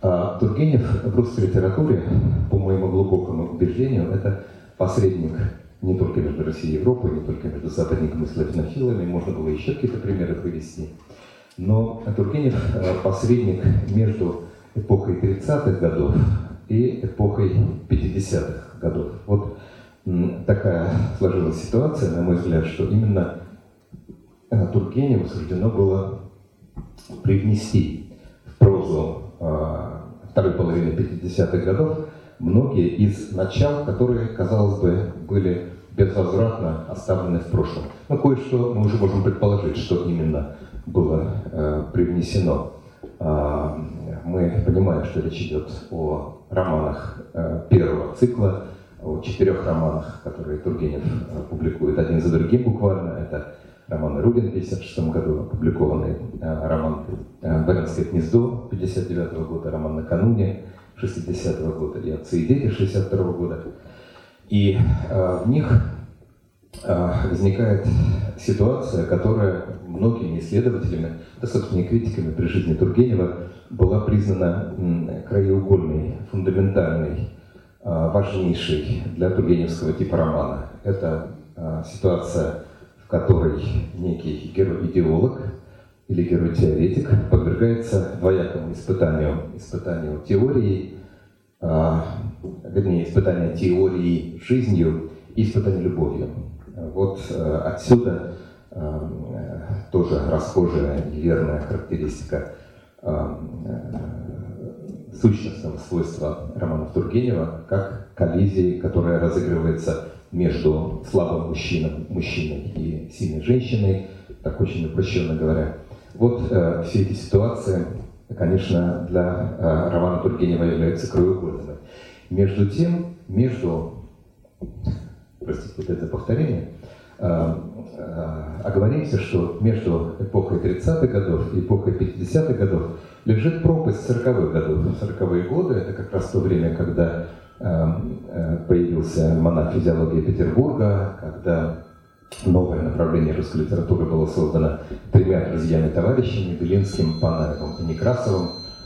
Тургенев в русской литературе, по моему глубокому убеждению, это посредник не только между Россией и Европой, не только между западниками и славянофилами, можно было еще какие-то примеры привести. Но Тургенев посредник между эпохой 30-х годов и эпохой 50-х годов. Вот такая сложилась ситуация, на мой взгляд, что именно Тургеневу суждено было привнести в прозу второй половины 50-х годов многие из начал, которые, казалось бы, были безвозвратно оставлены в прошлом. Но кое-что мы уже можем предположить, что именно было привнесено. Мы понимаем, что речь идет о романах первого цикла, о 4 романах, которые Тургенев публикует один за другим буквально. Это роман «Рубин» в 1956 году, опубликованный роман «Баренское гнездо» 1959 года, роман «Накануне» 1960 года и «Отцы и дети» 1962 года. И в них возникает ситуация, которая многими исследователями, да, собственно, и критиками при жизни Тургенева, была признана краеугольной, фундаментальной, важнейшей для тургеневского типа романа. Это ситуация, в которой некий герой-идеолог или герой-теоретик подвергается двоякому испытанию теорией, вернее, испытанию теорией жизнью и испытанию любовью. Вот отсюда тоже расхожая и верная характеристика сущностного свойства романов Тургенева как коллизии, которая разыгрывается между слабым мужчиной и сильной женщиной, так очень упрощенно говоря. Вот все эти ситуации, конечно, для романа Тургенева являются краеугольными. Между тем, простите опять за повторение, оговоримся, что между эпохой 30-х годов и эпохой 50-х годов лежит пропасть 40-х годов. 40-е годы – это как раз то время, когда появился монах физиологии Петербурга, когда новое направление русской литературы было создано 3 друзьями-товарищами – Белинским, Панаевым и Некрасовым.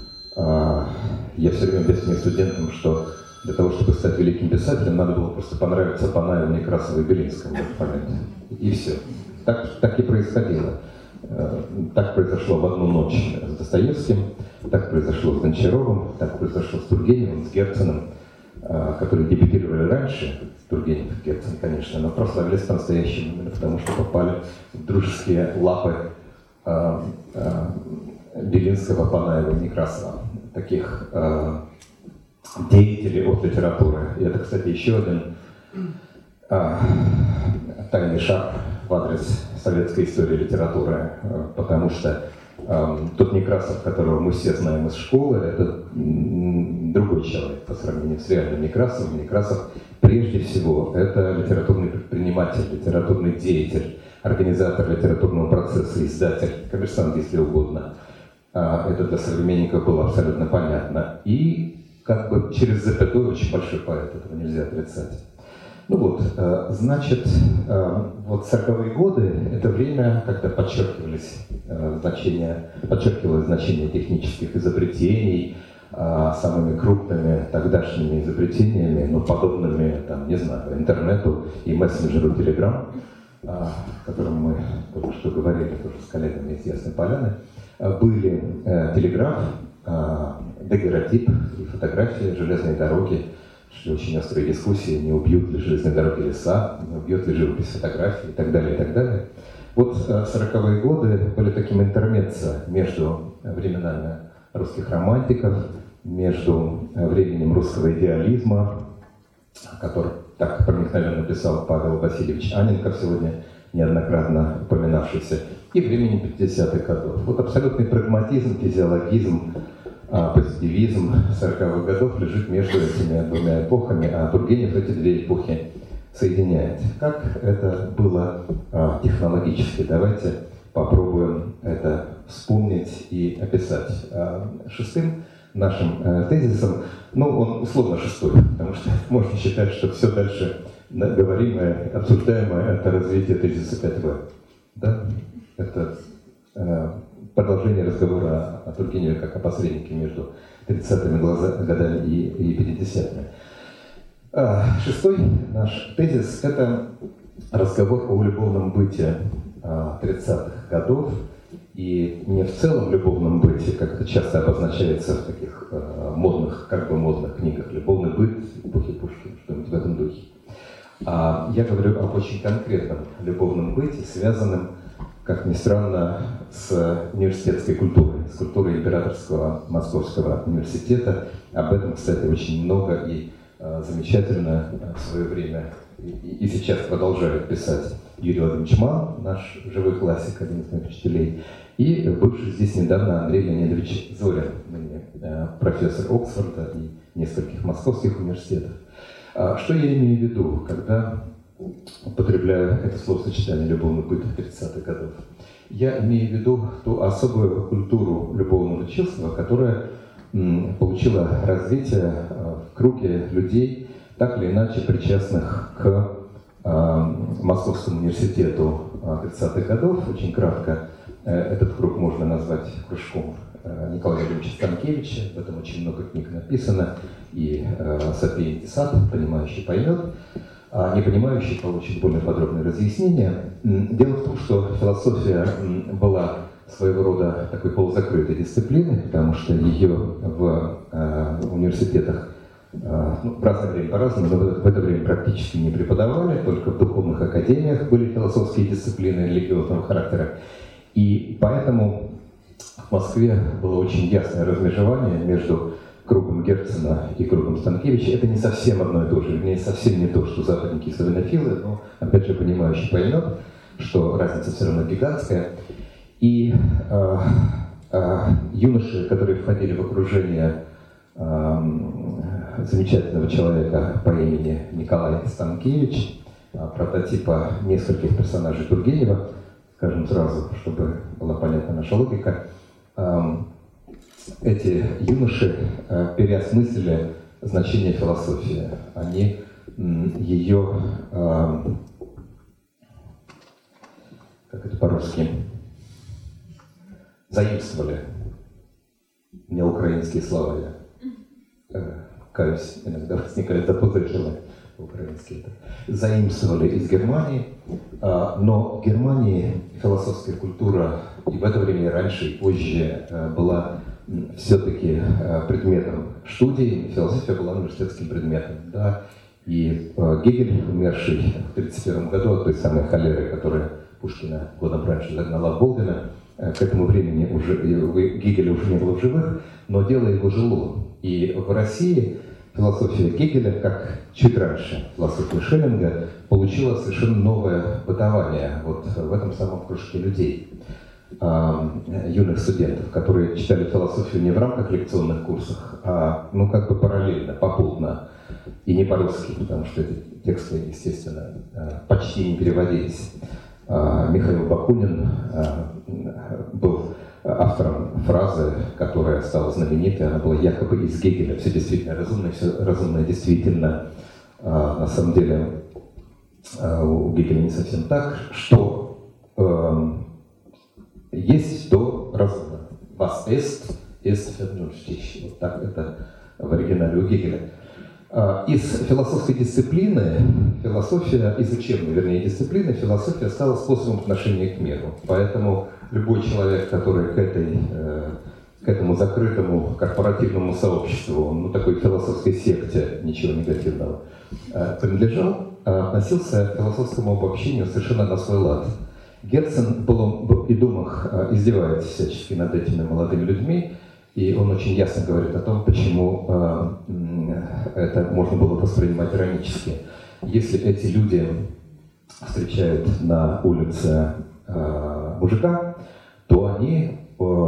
Я все время объясняю студентам, что для того, чтобы стать великим писателем, надо было просто понравиться Панаеву, Некрасову и Белинскому. И все. Так и происходило. Так произошло в одну ночь с Достоевским, так произошло с Гончаровым, так произошло с Тургеневым, с Герценом, которые дебютировали раньше, Тургенев и Герцен, конечно, но прославились по-настоящему именно потому, что попали в дружеские лапы Белинского, Панаева и Некрасова, таких деятелей от литературы. И это, кстати, еще один тайный шаг в адрес советской истории литературы, потому что тот Некрасов, которого мы все знаем из школы, это другой человек по сравнению с реальным Некрасовым. Некрасов, прежде всего, это литературный предприниматель, литературный деятель, организатор литературного процесса, издатель, коммерсант, если угодно. Это для современников было абсолютно понятно. И как бы через запятую очень большой поэт, этого нельзя отрицать. Ну вот, значит, вот 40-е годы – это время, когда подчеркивалось значение технических изобретений, самыми крупными тогдашними изобретениями, ну, подобными, там, не знаю, интернету и мессенджеру Telegram, о котором мы только что говорили тоже с коллегами из Ясной Поляны, были телеграф, дагеротип и фотографии, железные дороги, шли очень острые дискуссии, не убьют ли железные дороги леса, не убьет ли живопись фотографий и так далее, и так далее. Вот 40-е годы были таким интермеццо между временами русских романтиков, между временем русского идеализма, который так проникновенно писал Павел Васильевич Анненков, сегодня неоднократно упоминавшийся, и временем 50-х годов. Вот абсолютный прагматизм, физиологизм, позитивизм 40-х годов лежит между этими двумя эпохами, а Тургенев эти две эпохи соединяет. Как это было технологически? Давайте попробуем это вспомнить и описать. Шестым нашим тезисом, ну, он условно шестой, потому что можно считать, что все дальше говоримое, обсуждаемое – это развитие тезиса 5В. Да? Это продолжение разговора о Тургеневе как о посреднике между 30-ми годами и 50-ми. Шестой наш тезис – это разговор о любовном быте 30-х годов, и не в целом любовном быте, как это часто обозначается в таких модных, как бы модных книгах, любовный быт эпохи Пушкина, что-нибудь в этом духе. А я говорю об очень конкретном любовном быте, связанном, как ни странно, с университетской культурой, с культурой Императорского Московского университета. Об этом, кстати, очень много и замечательно в свое время и сейчас продолжает писать Юрий Владимирович Манн, наш живой классик, один из моих учителей, и бывший здесь недавно Андрей Леонидович Зорин, профессор Оксфорда и нескольких московских университетов. Что я имею в виду, когда употребляю это словосочетание «любовный быт 30-х годов»? Я имею в виду ту особую культуру любовного чувства, которая получила развитие в круге людей, так или иначе причастных к Московскому университету 30-х годов. Очень кратко этот круг можно назвать кружком Николая Владимировича Станкевича. Об этом очень много книг написано, и София Тесат, понимающий, поймет, а непонимающий получит более подробное разъяснение. Дело в том, что философия была своего рода такой полузакрытой дисциплиной, потому что ее в университетах в разное время по-разному, но в это время практически не преподавали, только в духовных академиях были философские дисциплины религиозного характера. И поэтому в Москве было очень ясное размежевание между кругом Герцена и кругом Станкевича. Это не совсем одно и то же, вернее, совсем не то, что западники и славянофилы, но, опять же, понимающий поймет, что разница все равно гигантская. И юноши, которые входили в окружение замечательного человека по имени Николай Станкевич, прототипа нескольких персонажей Тургенева, скажем сразу, чтобы была понятна наша логика, эти юноши переосмыслили значение философии. Они ее, как это по-русски, заимствовали. У меня украинские слова, я каюсь, иногда возникает запозрительное украинские. Заимствовали из Германии, но в Германии философская культура и в это время, и раньше, и позже была все-таки предметом студии. Философия была университетским предметом. Да? И Гегель, умерший в 1931 году от той самой холеры, которая Пушкина годом раньше загнала в Болдина, к этому времени уже Гегеля уже не было в живых, но дело его жило. И в России философия Гегеля, как чуть раньше философия Шеллинга, получила совершенно новое бытование вот в этом самом кружке людей, юных студентов, которые читали философию не в рамках лекционных курсов, а как бы параллельно, попутно, и не по-русски, потому что эти тексты, естественно, почти не переводились. Михаил Бакунин был автором фразы, которая стала знаменитой, она была якобы из Гегеля. Все действительно разумно, все разумное действительно. На самом деле у Гегеля не совсем так, что есть, то разумно. Was ist vernünftig. Вот так это в оригинале у Гегеля. Из философской дисциплины, из учебной, вернее, дисциплины, философия стала способом отношения к миру. Поэтому любой человек, который к этому закрытому корпоративному сообществу, такой философской секте, ничего негативного, принадлежал, относился к философскому обобщению совершенно на свой лад. Герцен в «И думах» издевается всячески над этими молодыми людьми, и он очень ясно говорит о том, почему это можно было воспринимать иронически. Если эти люди встречают на улице мужика, то они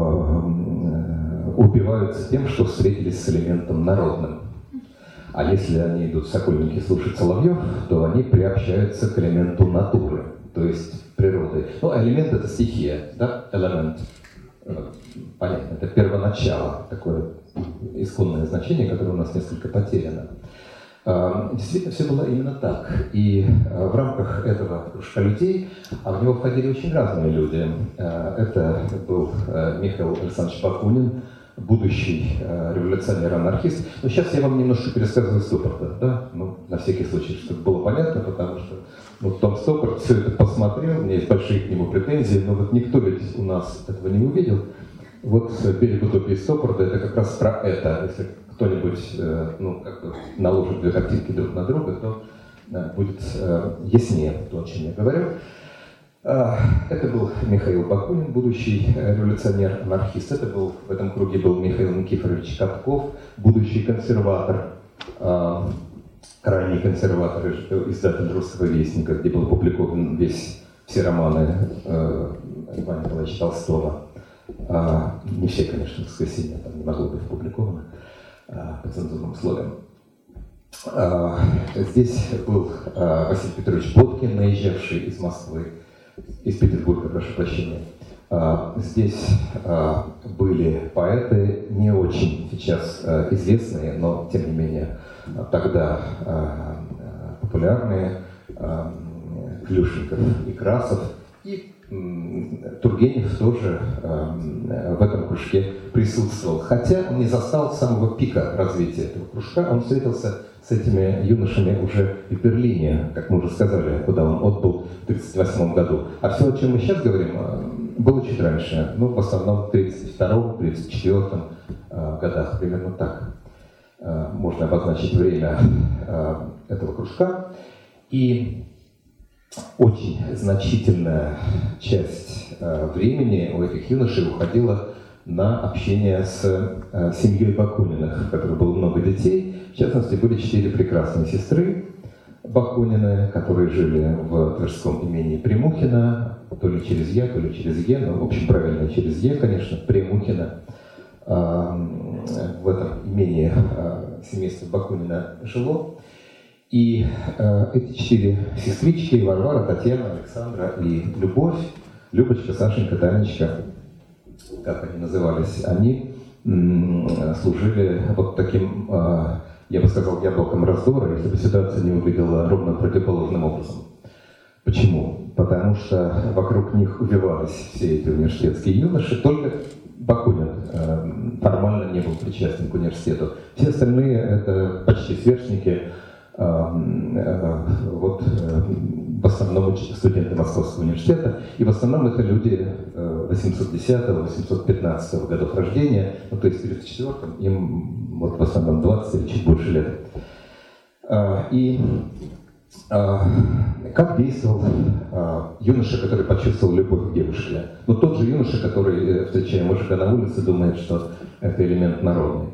убиваются тем, что встретились с элементом народным. А если они идут в Сокольники слушать соловьев, то они приобщаются к элементу натуры, то есть природы. Элемент — это стихия, да, элемент. Понятно, это первоначало, такое исконное значение, которое у нас несколько потеряно. Действительно, все было именно так. И в рамках этого кружка людей, а в него входили очень разные люди. Это был Михаил Александрович Бакунин, будущий революционер-анархист. Но сейчас я вам немножко пересказываю Стоппарда, да? Ну, на всякий случай, чтобы было понятно, потому что вот Том Стоппард все это посмотрел, у меня есть большие к нему претензии, но вот никто ведь у нас этого не увидел. Вот «Берег утопии» Стоппарда — это как раз про это. Если кто-нибудь ну, как бы наложит две картинки друг на друга, то будет яснее то, о чем я говорю. Это был Михаил Бакунин, будущий революционер-анархист. Это был, в этом круге был Михаил Никифорович Катков, будущий консерватор, крайний консерватор, издатель «Русского вестника», где был опубликован все романы Ивана Николаевича Толстого. Не все, конечно, «Воскресенье» там не могло быть опубликовано по цензурным условиям. Здесь был Василий Петрович Боткин, наезжавший из Москвы, из Петербурга, прошу прощения. Здесь были поэты, не очень сейчас известные, но тем не менее тогда популярные, Клюшников и Красов. И Тургенев тоже в этом кружке присутствовал. Хотя он не застал самого пика развития этого кружка, он встретился с этими юношами уже в Берлине, как мы уже сказали, куда он отбыл в 1938 году. А все, о чем мы сейчас говорим, было чуть раньше, ну, в основном в 1932-1934 годах, примерно так можно обозначить время этого кружка. И очень значительная часть времени у этих юношей уходила на общение с семьей Бакуниных, в которой было много детей. В частности, были 4 прекрасные сестры Бакунины, которые жили в Тверском имении Премухино, то ли через Я, то ли через Е, но, в общем, правильно через Е, конечно, Премухино. В этом имении семейство Бакунина жило. И эти 4 сестрички, Варвара, Татьяна, Александра и Любовь, Любочка, Сашенька, Танечка, как они назывались, они служили вот таким, я бы сказал, яблоком раздора, если бы ситуация не выглядела ровно противоположным образом. Почему? Потому что вокруг них убивались все эти университетские юноши, только Бакунин формально не был причастен к университету. Все остальные — это почти сверстники, вот в основном студенты Московского университета, и в основном это люди 810-815 годов рождения, ну, то есть перед 4-м им вот в основном 20 или чуть больше лет. И как действовал юноша, который почувствовал любовь к девушке? Ну, тот же юноша, который, встречая мужика на улице, думает, что это элемент народный.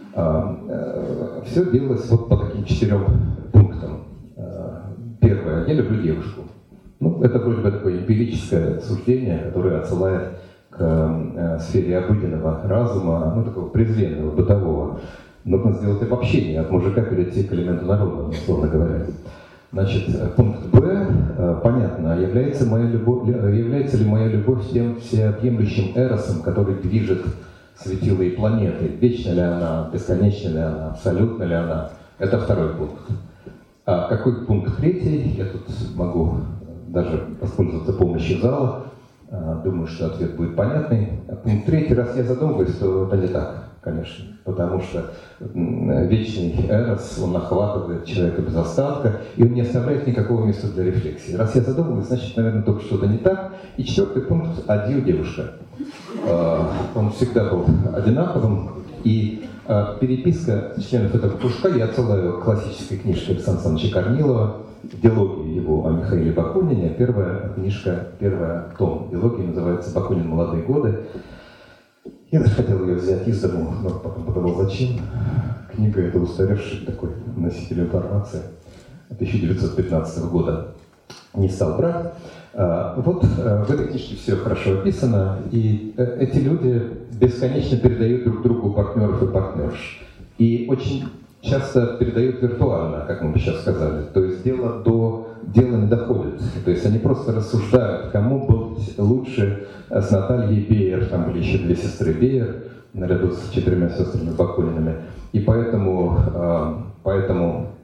Все делалось вот по таким 4 пунктам. Первое. Я люблю девушку. Ну, это вроде бы такое эмпирическое суждение, которое отсылает к сфере обыденного разума, ну, такого презренного, бытового. Нужно сделать обобщение, от мужика перейти к элементу народного, условно говоря. Значит, пункт Б. Понятно, является ли моя любовь тем всеобъемлющим эросом, который движет светила и планеты? Вечна ли она, бесконечна ли она, абсолютна ли она? Это 2-й пункт. А какой пункт 3-й? Я тут могу даже воспользоваться помощью зала. Думаю, что ответ будет понятный. Пункт 3-й, раз я задумываюсь, то это не так, конечно. Потому что вечный эрос, он охватывает человека без остатка, и он не оставляет никакого места для рефлексии. Раз я задумываюсь, значит, наверное, только что-то не так. И 4-й пункт – адью, девушка. Он всегда был одинаковым, и переписка членов этого кружка, я отсылаю к классической книжке Александра Александровича Корнилова, диалогии его о Михаиле Бакунине. Первая книжка, первый том диалогии называется «Бакунин. Молодые годы». Я даже хотел ее взять из дому, но потом подумал, зачем. Книга — это устаревший такой носитель информации 1915 года. Не стал брать. Вот в этой книжке все хорошо описано, и эти люди бесконечно передают друг другу партнеров и партнерш. И очень часто передают виртуально, как мы бы сейчас сказали. То есть дело не доходит. То есть они просто рассуждают, кому быть лучше с Натальей Беер, там были еще 2 сестры Беер, наряду с 4 сестрами Бакуниными. И поэтому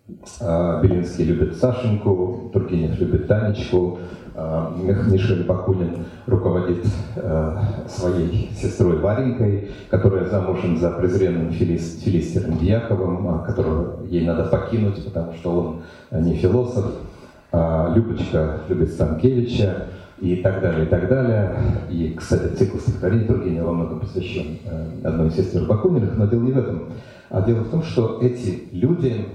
Белинский любит Сашеньку, Тургенев любит Танечку, Мишель Бакунин руководит своей сестрой Варенькой, которая замужем за презренным филистером Дьяковым, которого ей надо покинуть, потому что он не философ. Любочка любит Станкевича и так далее, и так далее. И, кстати, цикл стихотворений Тургенева во многом посвящен одной из сестер Бакуниных, но дело не в этом. А дело в том, что эти люди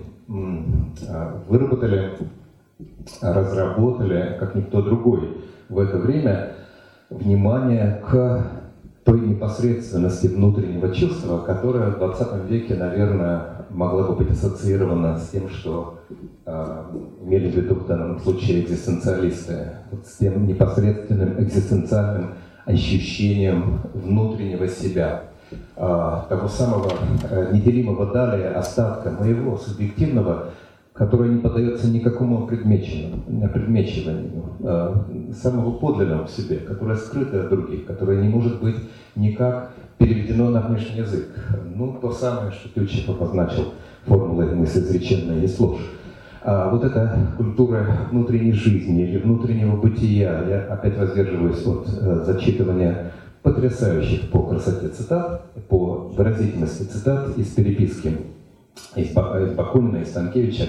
выработали, разработали, как никто другой в это время, внимание к той непосредственности внутреннего чувства, которая в 20 веке, наверное, могла бы быть ассоциирована с тем, что имели в виду в данном случае экзистенциалисты, вот с тем непосредственным экзистенциальным ощущением внутреннего себя, того самого неделимого далее остатка моего субъективного, которое не поддается никакому предмечиванию, самого подлинного в себе, которое скрыто от других, которое не может быть никак переведено на внешний язык. Ну, то самое, что Тютчев обозначил формулой мыслеизреченная есть ложь. А вот эта культура внутренней жизни или внутреннего бытия, я опять воздерживаюсь от зачитывания потрясающих по красоте цитат, по выразительности цитат из переписки из Бакунина, из Станкевича.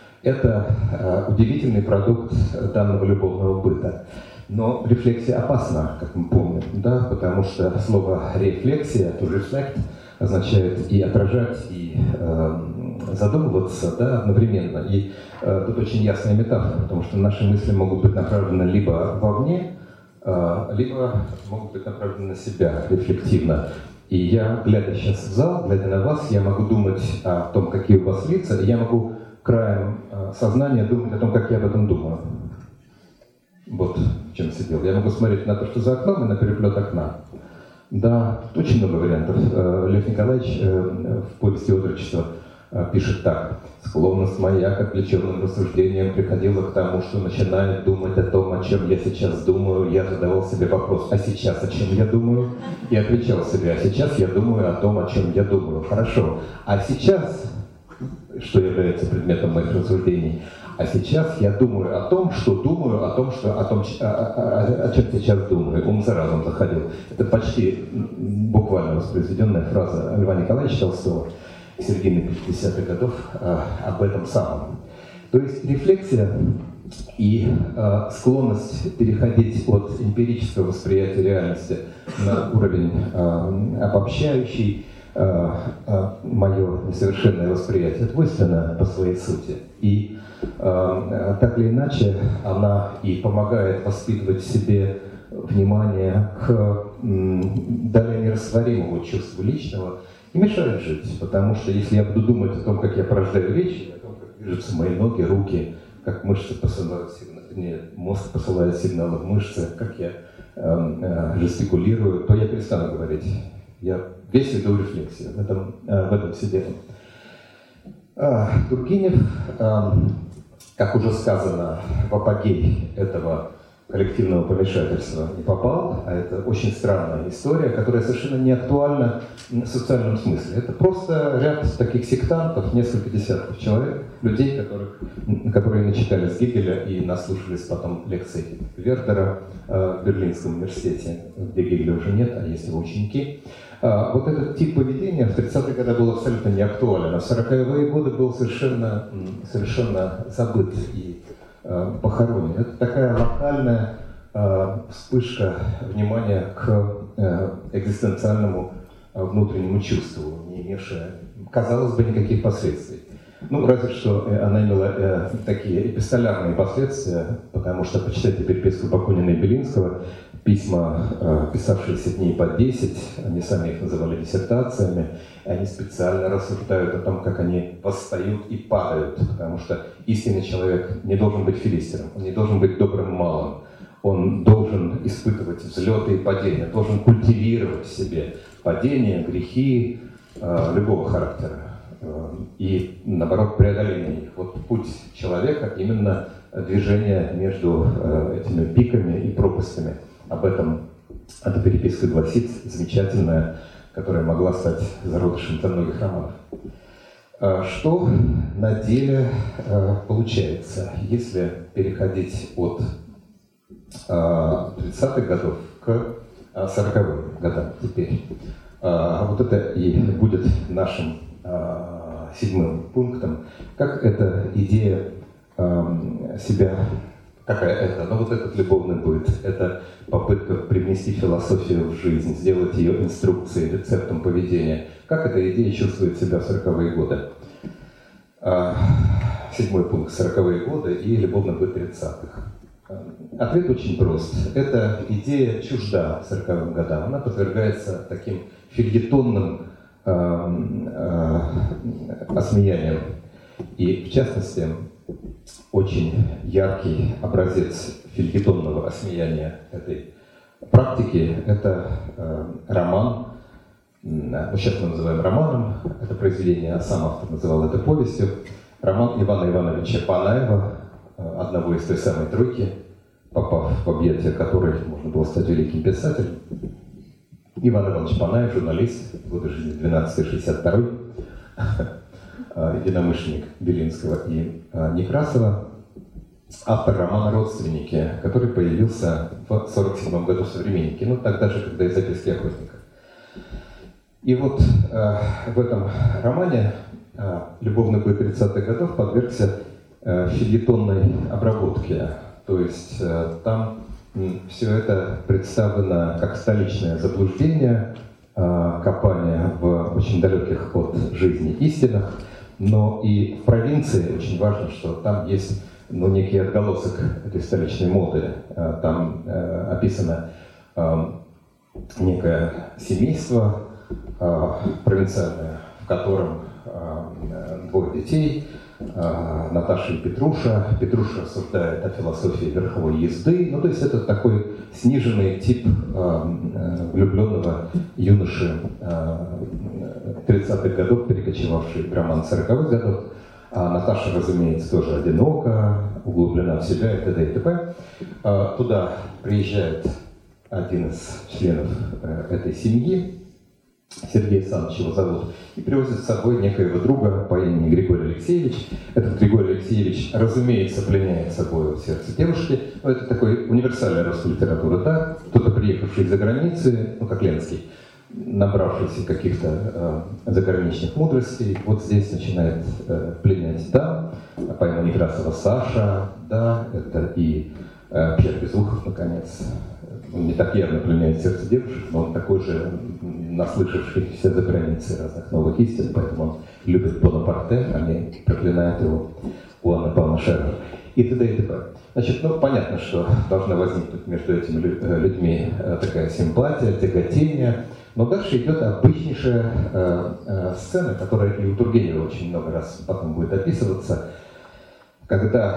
Это удивительный продукт данного любовного быта. Но рефлексия опасна, как мы помним, да, потому что слово «рефлексия», to reflect, означает и отражать, и задумываться, да, одновременно. И тут очень ясная метафора, потому что наши мысли могут быть направлены либо вовне, либо могут быть направлены на себя рефлективно. И я, глядя сейчас в зал, глядя на вас, я могу думать о том, какие у вас лица, и я могу краем сознания думать о том, как я об этом думаю. Вот в чем все дело. Я могу смотреть на то, что за окном, и на переплет окна. Да, очень много вариантов. Лев Николаевич в повести «Отрочество» пишет так. «Склонность моя к отвлеченным рассуждениям приходила к тому, что, начиная думать о том, о чем я сейчас думаю, я задавал себе вопрос, а сейчас о чем я думаю? И отвечал себе, а сейчас я думаю о том, о чем я думаю. Хорошо. А сейчас, что является предметом моих рассуждений, а сейчас я думаю о том, что думаю, о чем сейчас думаю. Ум за разум заходил». Это почти буквально воспроизведенная фраза Льва Николаевича Толстого середины 50-х годов об этом самом. То есть рефлексия и склонность переходить от эмпирического восприятия реальности на уровень обобщающий мое несовершенное восприятие двойственно по своей сути. И так или иначе она и помогает воспитывать в себе внимание к далее нерастворимому чувству личного, и мешает жить, потому что если я буду думать о том, как я порождаю речь, о том, как движутся мои ноги, руки, как мышцы посылают сигналы, мозг посылает сигналы в мышцы, как я жестикулирую, то я перестану говорить. Я весь веду рефлексию, в этом все дело. Тургенев, как уже сказано, в апогей этого коллективного помешательства не попал, а это очень странная история, которая совершенно не актуальна в социальном смысле. Это просто ряд таких сектантов, несколько десятков человек, людей, которые начитались Гегеля и наслушались потом лекций Вердера в Берлинском университете, где Гегеля уже нет, а есть его ученики. Вот этот тип поведения в 30-е годы был абсолютно не актуален, а в 40-е годы был совершенно забыт и похоронен. Это такая локальная вспышка внимания к экзистенциальному внутреннему чувству, не имевшая, казалось бы, никаких последствий. Ну, разве что она имела такие эпистолярные последствия, потому что, почитайте переписку Бакунина и Белинского, письма, писавшиеся дней по 10, они сами их называли диссертациями, и они специально рассуждают о том, как они восстают и падают, потому что истинный человек не должен быть филистером, он не должен быть добрым малым, он должен испытывать взлеты и падения, должен культивировать в себе падения, грехи любого характера и, наоборот, преодоление их. Вот путь человека именно движение между этими пиками и пропастями. Об этом эта переписка гласит, замечательная, которая могла стать зародышем для многих романов. Что на деле получается, если переходить от 30-х годов к 40-м годам теперь? Вот это и будет нашим 7-м пунктом. Как эта идея себя, какая это? Ну вот этот любовный быт, это попытка привнести философию в жизнь, сделать ее инструкцией, рецептом поведения. Как эта идея чувствует себя в 40-е годы? 7-й пункт – 40-е годы и любовный быт 30-х. Ответ очень прост. Эта идея чужда 40-м годам. Она подвергается таким фельетонным осмеяниям. И, в частности, очень яркий образец фельетонного осмеяния этой практики – это роман, сейчас мы называем романом, это произведение, а сам автор называл это повестью, роман Ивана Ивановича Панаева, одного из той самой тройки, попав в объятия которой можно было стать великим писателем. Иван Иванович Панаев, журналист, годы жизни 12-62, единомышленник Белинского и Некрасова, автор романа «Родственники», который появился в 1947 году в «Современнике», ну тогда же, когда и «Записки охотника». И вот в этом романе любовный быт 30-х годов подвергся фельетонной обработке. То есть там все это представлено как столичное заблуждение, копание в очень далеких от жизни истинах. Но и в провинции очень важно, что там есть некий отголосок этой столичной моды. Там описано некое семейство провинциальное, в котором двое детей, Наташа и Петруша. Петруша рассуждает о философии верховой езды. Ну, то есть это такой сниженный тип влюбленного юноши 30-х годов, перекочевавший в роман 40-х годов. А Наташа, разумеется, тоже одинока, углублена в себя и т.д. и т.п. Туда приезжает один из членов этой семьи, Сергей Александрович его зовут, и привозит с собой некоего друга по имени Григорий Алексеевич. Этот Григорий Алексеевич, разумеется, пленяет собой сердце девушки. Но это такой универсальная русская литература, да? Кто-то, приехавший из-за границы, как Ленский, набравшийся каких-то заграничных мудростей, вот здесь начинает пленять, да, по имени Некрасова Саша, да, это и Пьер Безухов, наконец. Он не так явно пленяет сердце девушек, но он такой же наслышавшийся за границей разных новых истин, поэтому он любит Бонапарте, они проклинают его у Анны Павловны Шерер. И т.д. и т.п. Значит, понятно, что должна возникнуть между этими людьми такая симпатия, тяготение, но дальше идет обычнейшая сцена, которая и у Тургенева очень много раз потом будет описываться, когда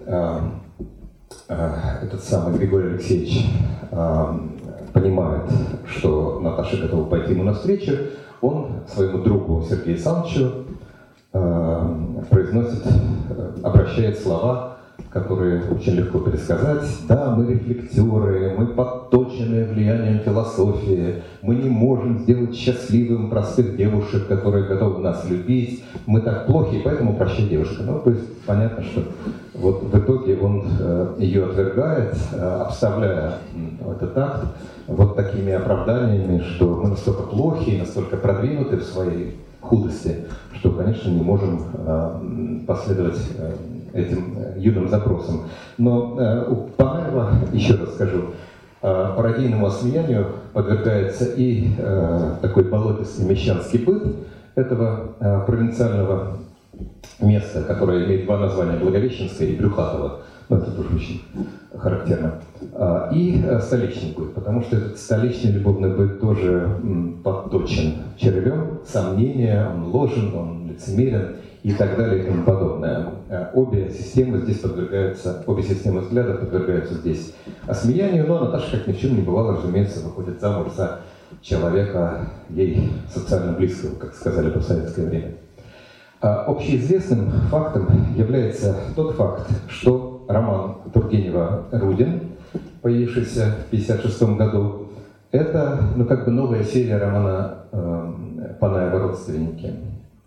этот самый Григорий Алексеевич понимает, что Наташа готова пойти ему навстречу, он своему другу Сергею Александровичу произносит, обращает слова, которые очень легко пересказать. Да, мы рефлектеры, мы подточены влиянием философии, мы не можем сделать счастливым простых девушек, которые готовы нас любить, мы так плохи, и поэтому прощай девушка. Ну, то есть понятно, что вот в итоге он ее отвергает, обставляя этот акт вот такими оправданиями, что мы настолько плохи, настолько продвинуты в своей худости, что, конечно, не можем последовать этим юным запросам. Но у Панаева, еще раз скажу, пародийному осмеянию подвергается и такой болотистый мещанский быт этого провинциального места, которое имеет два названия, Благовещенское и Брюхатово. Это тоже очень характерно. И столичный быт, потому что этот столичный любовный быт тоже подточен червем, сомнения, он ложен, он лицемерен и так далее и тому подобное. Обе системы здесь подвергаются, обе системы взгляда подвергаются здесь осмеянию, но Наташа, как ни в чем не бывало, разумеется, выходит замуж за человека ей социально близкого, как сказали бы в советское время. Общеизвестным фактом является тот факт, что роман Тургенева «Рудин», появившийся в 1956 году, это как бы новая серия романа Панаева «Родственники».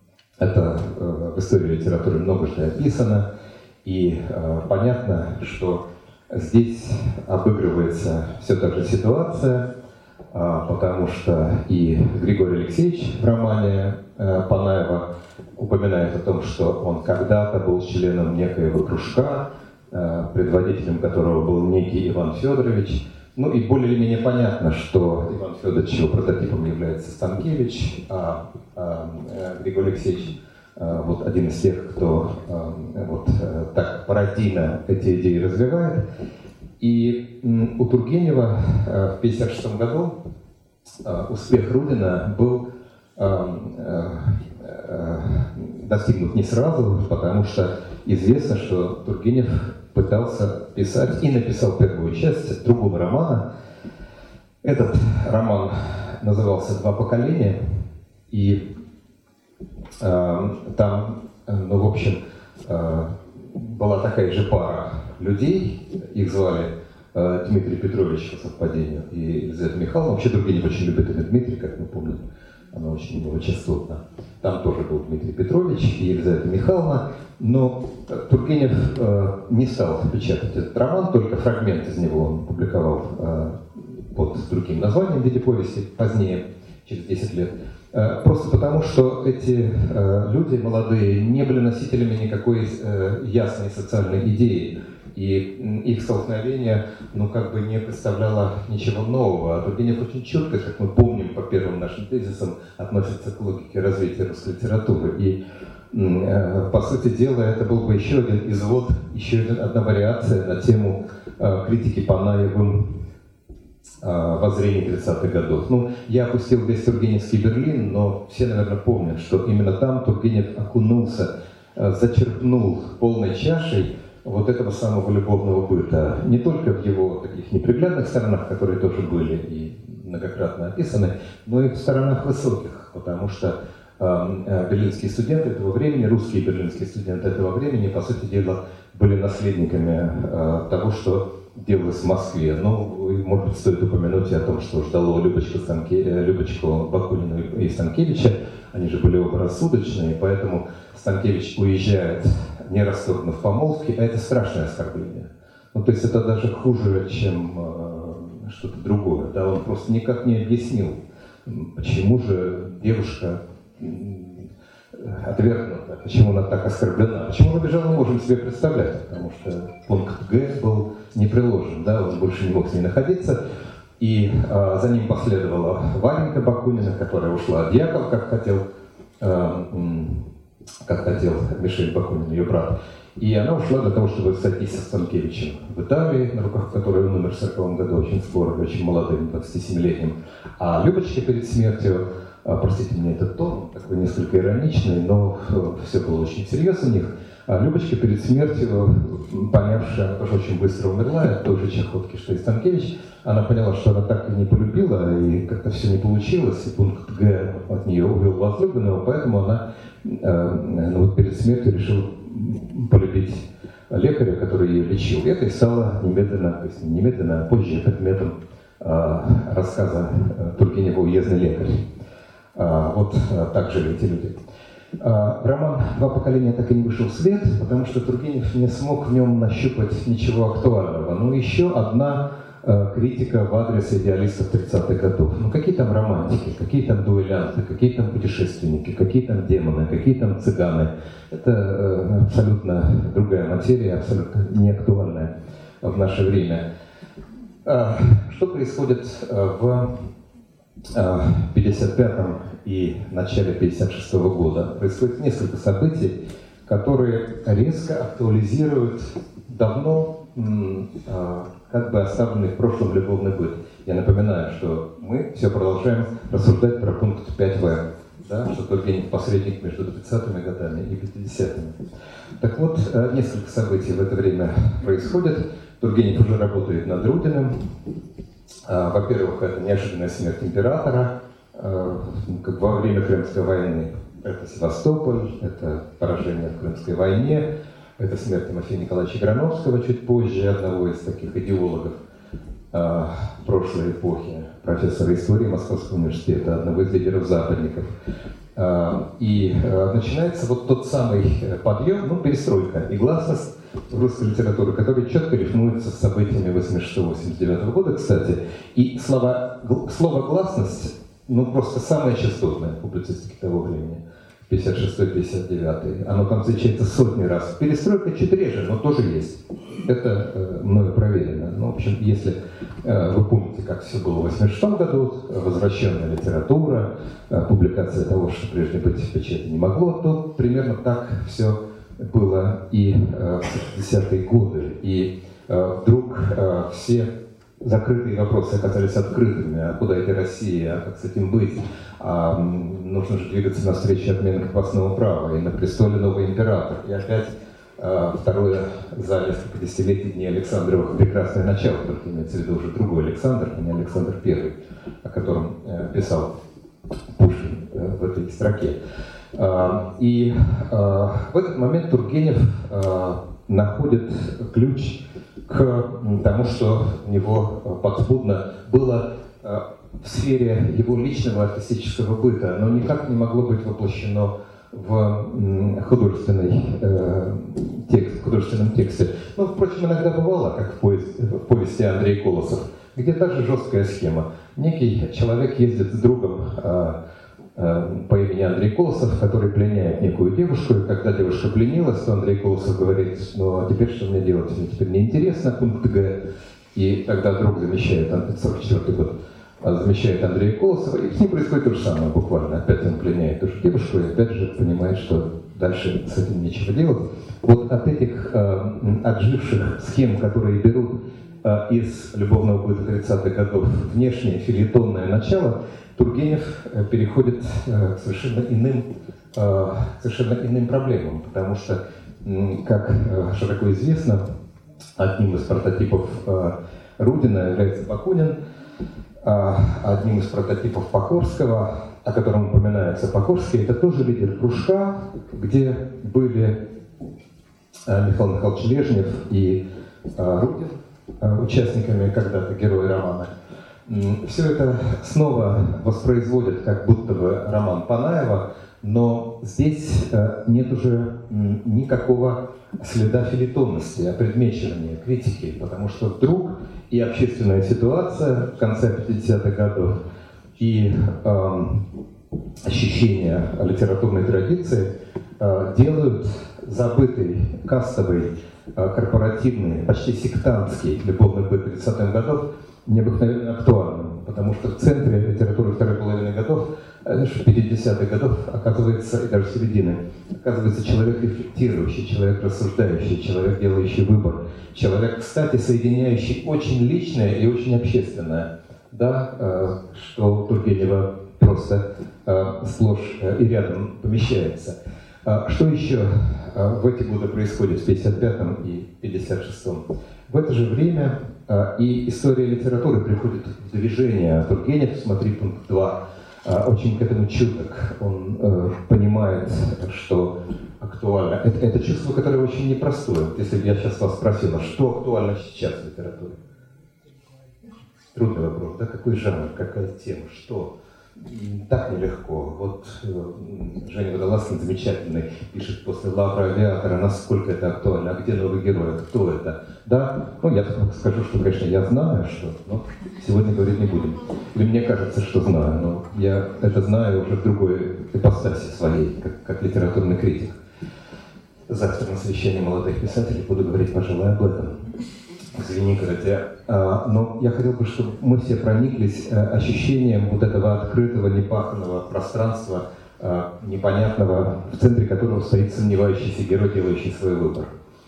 Это в истории литературы многожды описано, и понятно, что здесь обыгрывается все та же ситуация, потому что и Григорий Алексеевич в романе Панаева упоминает о том, что он когда-то был членом некоего кружка, предводителем которого был некий Иван Федорович. Ну и более или менее понятно, что Иван Федорович его прототипом является Станкевич, а Григорий Алексеевич вот один из тех, кто вот так пародийно эти идеи развивает. И у Тургенева в 1956 году успех Рудина был достигнут не сразу, потому что известно, что Тургенев пытался писать и написал первую часть другого романа. Этот роман назывался «Два поколения», и там, ну, в общем, была такая же пара людей, их звали Дмитрий Петрович по совпадению и Елизавета Михайловна. Вообще Тургенев очень любит имя Дмитрий, как мы помним, она очень его частотна. Там тоже был Дмитрий Петрович и Елизавета Михайловна, но Тургенев не стал печатать этот роман, только фрагмент из него он публиковал под другим названием в виде повести позднее, через 10 лет. Просто потому, что эти люди молодые не были носителями никакой ясной социальной идеи, и их столкновение, ну, как бы не представляло ничего нового. А Тургенев очень четко, как мы помним по первым нашим тезисам, относится к логике развития русской литературы. И, по сути дела, это был бы еще один извод, еще одна вариация на тему критики Панаевым воззрений 30-х годов. Ну, я опустил весь тургеневский Берлин, но все, наверное, помнят, что именно там Тургенев окунулся, зачерпнул полной чашей вот этого самого любовного быта. Не только в его таких неприглядных сторонах, которые тоже были и многократно описаны, но и в сторонах высоких, потому что берлинские студенты этого времени, русские берлинские студенты этого времени, по сути дела, были наследниками того, что делалось в Москве. Ну, может быть, стоит упомянуть и о том, что ждало Любочку Бакунину и Станкевича. Они же были оба рассудочные, поэтому Станкевич уезжает, не расторгнув помолвки, а это страшное оскорбление. Ну, то есть это даже хуже, чем что-то другое. Да? Он просто никак не объяснил, почему же девушка отвергнута, почему она так оскорблена. Почему он убежал, мы можем себе представлять, потому что пункт Г был не приложен, да? Он больше не мог с ней находиться. И за ним последовала Варенька Бакунина, которая ушла от Якова, как хотел Мишель Бакунин, ее брат. И она ушла для того, чтобы сойтись со Станкевичем в Италии, на руках которой он умер в 1940 году, очень скоро, очень молодым, 27-летним. А Любочка перед смертью, простите мне этот тон, такой несколько ироничный, но все было очень серьезно у них. А Любочка перед смертью, понявшая, она тоже очень быстро умерла, от той же чахотки, что и Станкевич, она поняла, что она так и не полюбила, и как-то все не получилось, и пункт Г от нее увел возлюбленного, поэтому она вот перед смертью решила полюбить лекаря, который ее лечил. И это и стало немедленно, то есть не немедленно, а позже предметом рассказа Тургенева «Уездный лекарь». Вот так жили эти люди. Роман «Два поколения» так и не вышел в свет, потому что Тургенев не смог в нем нащупать ничего актуального. Но еще одна критика в адрес идеалистов 30-х годов. Ну какие там романтики, какие там дуэлянты, какие там путешественники, какие там демоны, какие там цыганы. Это абсолютно другая материя, абсолютно неактуальная в наше время. Что происходит в 55-м и начале 56-го года? Происходит несколько событий, которые резко актуализируют давно как бы оставленный в прошлом любовный быт. Я напоминаю, что мы все продолжаем рассуждать про пункт 5В, да, что Тургенев посредник между 30-ми годами и 50-ми. Так вот, несколько событий в это время происходит. Тургенев уже работает над Рудиным. Во-первых, это неожиданная смерть императора как во время Крымской войны. Это Севастополь, это поражение в Крымской войне, это смерть Тимофея Николаевича Грановского чуть позже, одного из таких идеологов прошлой эпохи, профессора истории Московского университета, одного из лидеров западников. И начинается вот тот самый подъем, ну, перестройка и гласность в русской литературе, который четко рифмуется с событиями 86-89 года, кстати. И слово «гласность», ну, просто самое частотное в публицистике того времени. 56-59, оно там встречается сотни раз. Перестройка чуть реже, но тоже есть. Это мною проверено. Ну, в общем, если вы помните, как все было в 86 году, возвращенная литература, публикация того, что прежде быть в печати не могло, то примерно так все было и в 60-е годы. И вдруг все закрытые вопросы оказались открытыми. А куда идти Россия? А как с этим быть? Нужно же двигаться навстречу отмены крепостного права. И на престоле новый император. И опять второе за несколько десятилетий дней Александровых прекрасное начало. Только имеется в виду уже другой Александр, а не Александр I, о котором писал Пушкин в этой строке. И в этот момент Тургенев находит ключ к тому, что у него подспудно было в сфере его личного артистического быта, но никак не могло быть воплощено в художественном тексте. Ну, впрочем, иногда бывало, как в повести Андрей Колосов, где также жесткая схема. Некий человек ездит с другом по имени Андрей Колосов, который пленяет некую девушку, и когда девушка пленилась, то Андрей Колосов говорит: ну а теперь что мне делать? Мне теперь неинтересно, пункт Г. И тогда друг замещает, 1944 год, замещает Андрея Колосова, и с ним происходит то же самое буквально. Опять он пленяет ту же девушку, и опять же понимает, что дальше с этим нечего делать. Вот от этих отживших схем, которые берут из любовного быта 30-х годов внешнее фельетонное начало, Тургенев переходит к совершенно иным проблемам, потому что, как широко известно, одним из прототипов Рудина является Бакунин, одним из прототипов Покорского, о котором упоминается Покорский, это тоже лидер кружка, где были Михаил Михайлович Лежнев и Рудин, участниками когда-то герои романа. Все это снова воспроизводит как будто бы роман Панаева, но здесь нет уже никакого следа фельетонности, опредмечивания, критики, потому что вдруг и общественная ситуация в конце 50-х годов, и ощущение литературной традиции делают забытый, кастовый, корпоративный, почти сектантский любовный быт 30-х годов необыкновенно актуальным, потому что в центре литературы второй половины годов, 50-х годов, оказывается, и даже середины, оказывается человек рефлектирующий, человек рассуждающий, человек, делающий выбор, человек, кстати, соединяющий очень личное и очень общественное, да, что у Тургенева просто сплошь и рядом помещается. Что еще в эти годы происходит, в 55-м и 56-м? В это же время и история литературы приходит в движение. Тургенев, смотри, пункт 2, очень к этому чуток. Он понимает, что актуально. Это чувство, которое очень непростое. Если бы я сейчас вас спросила, что актуально сейчас в литературе? Трудный вопрос, да? Какой жанр, какая тема, что? Так нелегко. Вот Женя Водолазкин замечательный пишет после «Лавра авиатора», насколько это актуально, а где новый герой, кто это. Да, ну я скажу, что, конечно, я знаю, что, но сегодня говорить не будем. Или мне кажется, что знаю, но я это знаю уже в другой ипостаси своей, как литературный критик. Завтра на совещании молодых писателей буду говорить, пожалуй, об этом. В Звенигороде. Но я хотел бы, чтобы мы все прониклись ощущением вот этого открытого, непаханного пространства, непонятного, в центре которого стоит сомневающийся герой, делающий свой выбор.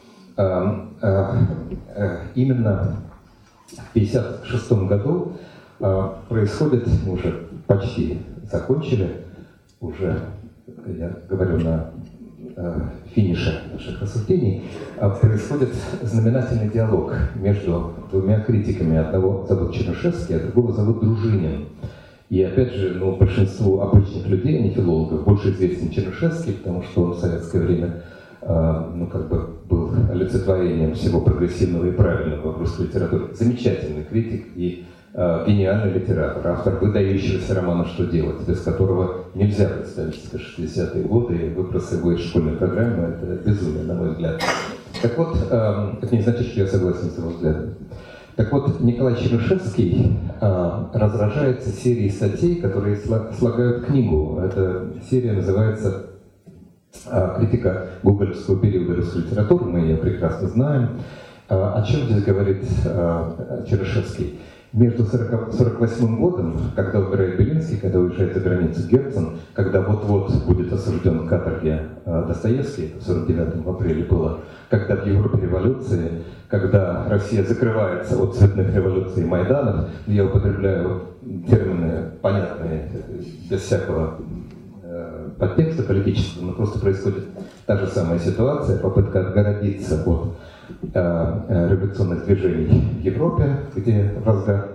Именно в 1956 году происходит, мы уже почти закончили, уже, я говорю, на финише наших рассуждений, происходит знаменательный диалог между двумя критиками. Одного зовут Чернышевский, а другого зовут Дружинин. И опять же, большинству обычных людей, а не филологов, больше известен Чернышевский, потому что он в советское время был олицетворением всего прогрессивного и правильного в русской литературе. Замечательный критик и гениальный литератор, автор выдающегося романа «Что делать?», без которого нельзя представить себе 60-е годы, и выброс его из школьной программы – это безумие, на мой взгляд. Так вот, это не значит, что я согласен с его взглядом. Так вот, Николай Чернышевский разражается серией статей, которые слагают книгу. Эта серия называется «Критика гоголевского периода русской литературы», мы ее прекрасно знаем. О чем здесь говорит Чернышевский? Между 1948 годом, когда умирает Белинский, когда уезжает за границу Герцен, когда вот-вот будет осужден к каторге Достоевский, это в 1949 апреле было, когда в Европе революции, когда Россия закрывается от цветных революций и Майданов, я употребляю термины понятные, без всякого подтекста политического, но просто происходит та же самая ситуация, попытка отгородиться от революционных движений в Европе, где в разгаре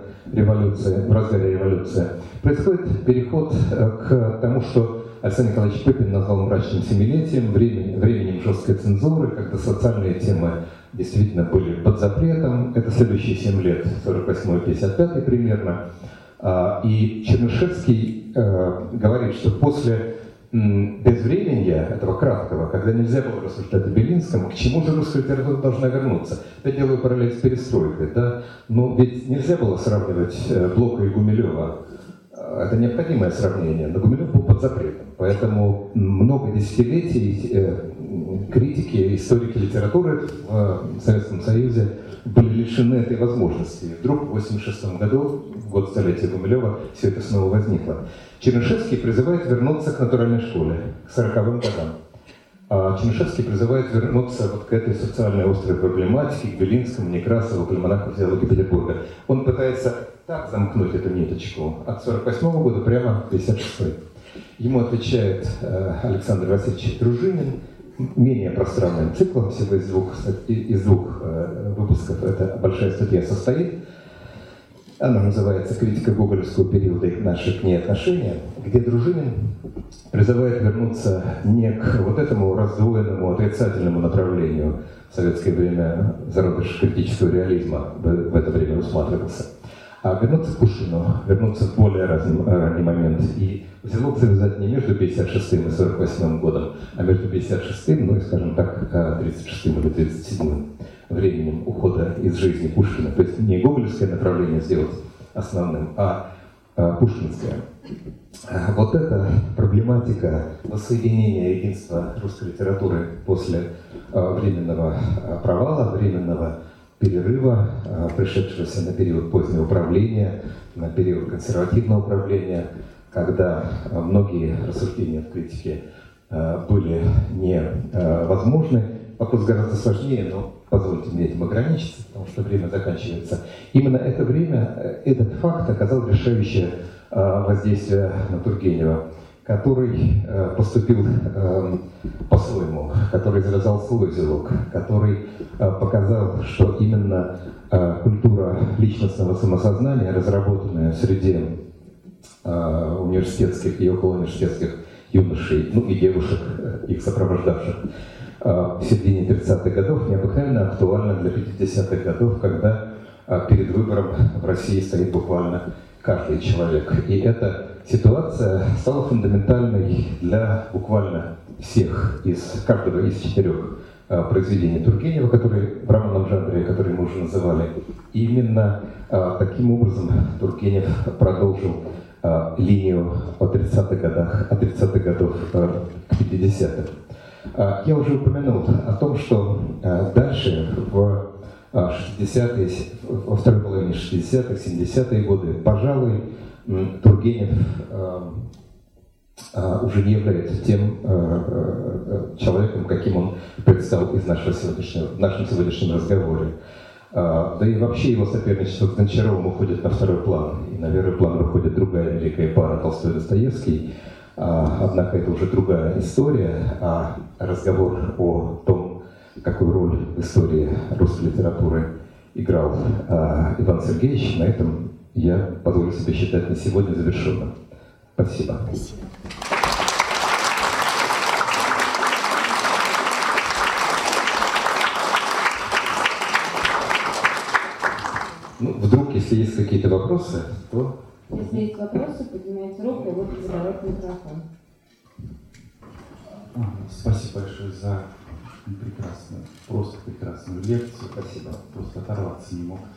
революции, происходит переход к тому, что Александр Николаевич Пыпин назвал мрачным семилетием, временем жесткой цензуры, когда социальные темы действительно были под запретом. Это следующие 7 лет, 48-55 примерно. И Чернышевский говорит, что после безвременья, этого краткого, когда нельзя было рассуждать о Белинском, к чему же русская литература должна вернуться? Я делаю параллель с перестройкой, да? Но ведь нельзя было сравнивать Блока и Гумилева. Это необходимое сравнение, но Гумилев был под запретом. Поэтому много десятилетий критики, историки литературы в Советском Союзе были лишены этой возможности. И вдруг в 1986 году, в год столетия Гумилева, все это снова возникло. Чернышевский призывает вернуться к натуральной школе, к 40-м годам. А Чернышевский призывает вернуться вот к этой социальной острой проблематике, к Белинскому, Некрасову, к альманаху физиологии Петербурга. Он пытается так замкнуть эту ниточку от 48 года прямо в 56-й. Ему отвечает Александр Васильевич Дружинин, менее пространным циклом, всего из двух выпусков эта большая статья состоит. Она называется «Критика гоголевского периода и наши к ней отношения», где Дружинин призывает вернуться не к вот этому раздвоенному отрицательному направлению в советское время, зародыш критического реализма в это время усматривался, а вернуться к Пушкину, вернуться в более ранний момент и узелок завязать не между 56-м и 48-м годом, а между 56-м, ну и, скажем так, 36-м или 37-м временем ухода из жизни Пушкина. То есть не гоголевское направление сделать основным, а пушкинское. Вот эта проблематика воссоединения единства русской литературы после временного провала, временного перерыва, пришедшегося на период позднего правления, на период консервативного правления, когда многие рассуждения в критике были невозможны. Вопрос гораздо сложнее, но позвольте мне этим ограничиться, потому что время заканчивается. Именно это время, этот факт оказал решающее воздействие на Тургенева, который поступил по-своему, который завязал свой узелок, который показал, что именно культура личностного самосознания, разработанная в среде университетских и околоуниверситетских юношей, ну и девушек, их сопровождавших, в середине 30-х годов необыкновенно актуальна для 50-х годов, когда перед выбором в России стоит буквально каждый человек. И эта ситуация стала фундаментальной для буквально всех, каждого из 4 произведений Тургенева, которые в романном жанре, которые мы уже называли. И именно таким образом Тургенев продолжил линию от 30-х годов к 50-м. Я уже упомянул о том, что дальше в 60-е, во второй половине 60-х, 70-е годы, пожалуй, Тургенев уже не является тем человеком, каким он предстал в нашем сегодняшнем разговоре. Да и вообще его соперничество с Гончаровым уходит на второй план. И на первый план выходит другая великая пара Толстой-Достоевский. Однако это уже другая история, а разговор о том, какую роль в истории русской литературы играл Иван Сергеевич, на этом я позволю себе считать на сегодня завершенным. Спасибо. Ну, вдруг, если есть какие-то вопросы, то... Если есть вопросы, поднимайте руку, и будете задавать микрофон. Спасибо большое за прекрасную, просто прекрасную лекцию. Спасибо. Просто оторваться не мог.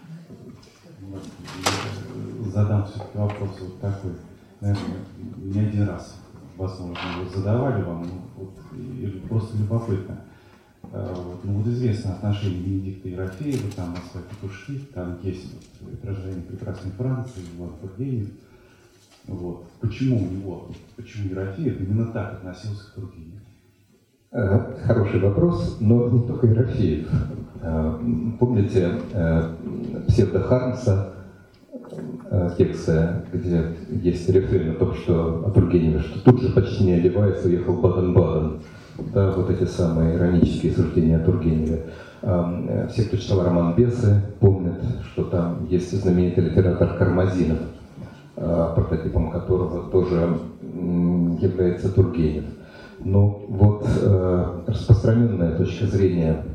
Задам все-таки вопрос вот такой. Наверное, не один раз, возможно, его задавали вам, или просто любопытно. Ну вот известно отношение Венедикта Ерофеева, там Москва петушки, там есть отражение прекрасной Франции, Иван Тургенев. Вот. Почему Ерофеев именно так относился к Тургеневу? Хороший вопрос, но не только Ерофеев. Помните псевдо Хармса, текста, где есть рефрен о том, что о Тургеневе, что тут же почти не одеваясь уехал в Баден-Баден. Да, вот эти самые иронические суждения о Тургеневе. Все, кто читал роман «Бесы», помнят, что там есть знаменитый литератор Кармазинов, прототипом которого тоже является Тургенев. Но вот распространенная точка зрения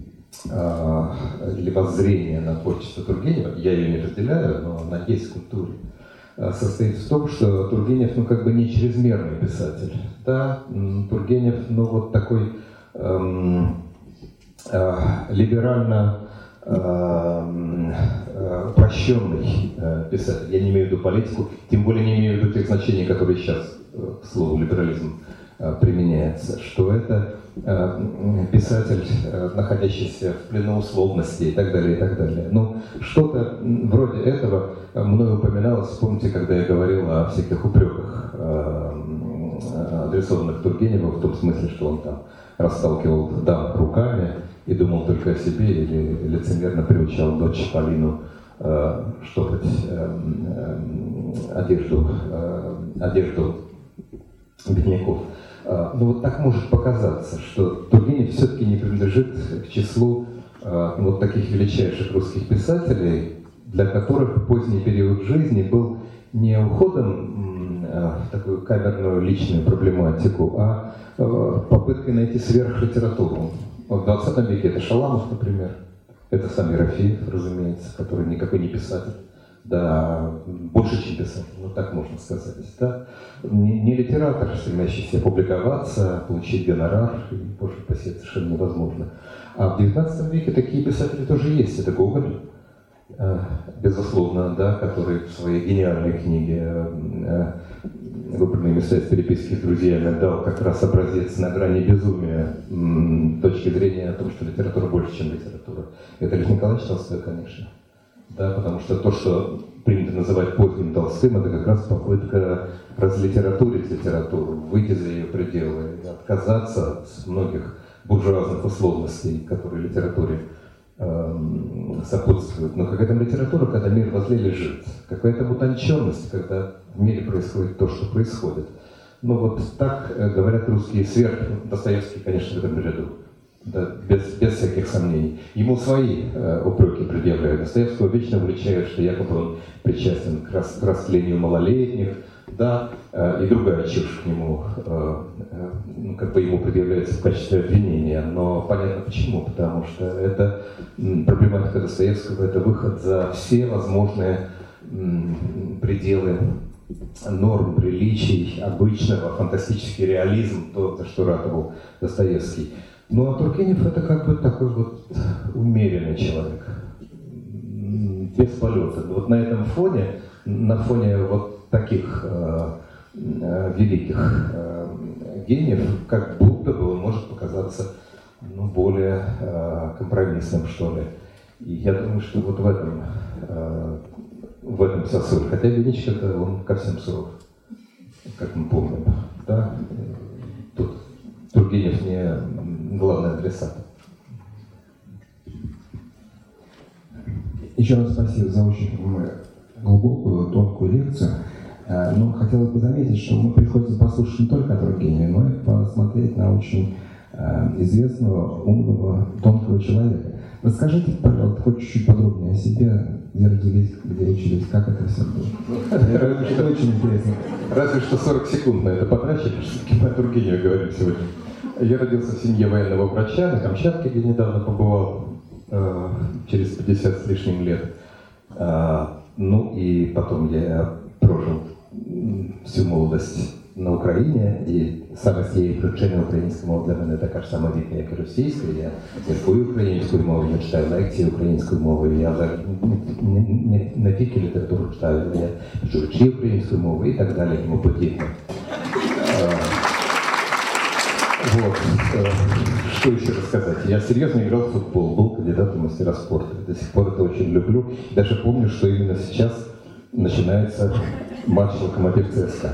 или воззрение на творчество Тургенева, я ее не разделяю, но она есть в культуре, состоит в том, что Тургенев, как бы не чрезмерный писатель. Да, Тургенев, вот такой либерально упрощенный писатель. Я не имею в виду политику, тем более не имею в виду тех значений, которые сейчас к слову либерализм применяется, что это писатель, находящийся в плену условностей и так далее, и так далее. Что-то вроде этого мной упоминалось, помните, когда я говорил о всяких упреках, адресованных Тургеневу, в том смысле, что он там расталкивал дам руками и думал только о себе, или лицемерно приучал дочь Полину штопать одежду бедняков. Вот так может показаться, что Тургенев все-таки не принадлежит к числу вот таких величайших русских писателей, для которых поздний период жизни был не уходом в такую камерную личную проблематику, а попыткой найти сверхлитературу. В 20 веке это Шаламов, например, это сам Ерофеев, разумеется, который никакой не писатель. Да, больше, чем писатель, так можно сказать. Да? Не литератор, стремящийся публиковаться, получить гонорар, и, боже упаси, это совершенно невозможно. А в XIX веке такие писатели тоже есть. Это Гоголь, безусловно, да, который в своей гениальной книге «Выбранные места из переписки с друзьями» дал как раз образец на грани безумия точки зрения о том, что литература больше, чем литература. Это Лев Николаевич Толстой, конечно. Да, потому что то, что принято называть поздним Толстым, это как раз попытка разлитературить литературу, выйти за ее пределы, отказаться от многих буржуазных условностей, которые литературе сопутствуют. Но какая там литература, когда мир возле лежит? Какая-то утонченность, когда в мире происходит то, что происходит. Вот так говорят русские сверх. Достоевский, конечно, в этом ряду. Да, без всяких сомнений. Ему свои упреки предъявляют. Достоевского вечно увлечают, что якобы он причастен к растлению малолетних, да, и другая чушь к нему, ему предъявляется в качестве обвинения. Но понятно почему, потому что это проблематика Достоевского, это выход за все возможные пределы норм, приличий, обычного, фантастический реализм, то, за что ратовал Достоевский. А Тургенев это как бы такой вот умеренный человек, без полета. Вот на этом фоне, на фоне вот таких великих гениев, как будто бы он может показаться более компромиссным, что ли. И я думаю, что вот в этом вся суть. Хотя Венечка-то он ко всем суров, как мы помним. Да? Тут Тургенев не главный адресат. Еще раз спасибо за очень глубокую, тонкую лекцию. Но хотелось бы заметить, что мы приходится послушать не только о Тургеневе, но и посмотреть на очень известного, умного, тонкого человека. Расскажите, пожалуйста, хоть чуть-чуть подробнее о себе, где родились, где учились, как это все было. Это очень интересно. Разве что 40 секунд на это потрачили, что о Тургеневе говорим сегодня. Я родился в семье военного врача на Камчатке, где недавно побывал через 50 с лишним лет. Ну и потом я прожил всю молодость на Україні, і саме з цієї причини українська мова для мене така ж сама рідна, як і російська. Я міркую українською мовою, я читаю лекції українською мовою, я не тільки літературу читаю, але я пишу речі українською мовою і так далі, і тому подібне. Вот. Что еще рассказать? Я серьезно играл в футбол, был кандидатом в мастера спорта. До сих пор это очень люблю. Даже помню, что именно сейчас начинается матч Локомотив ЦСКА.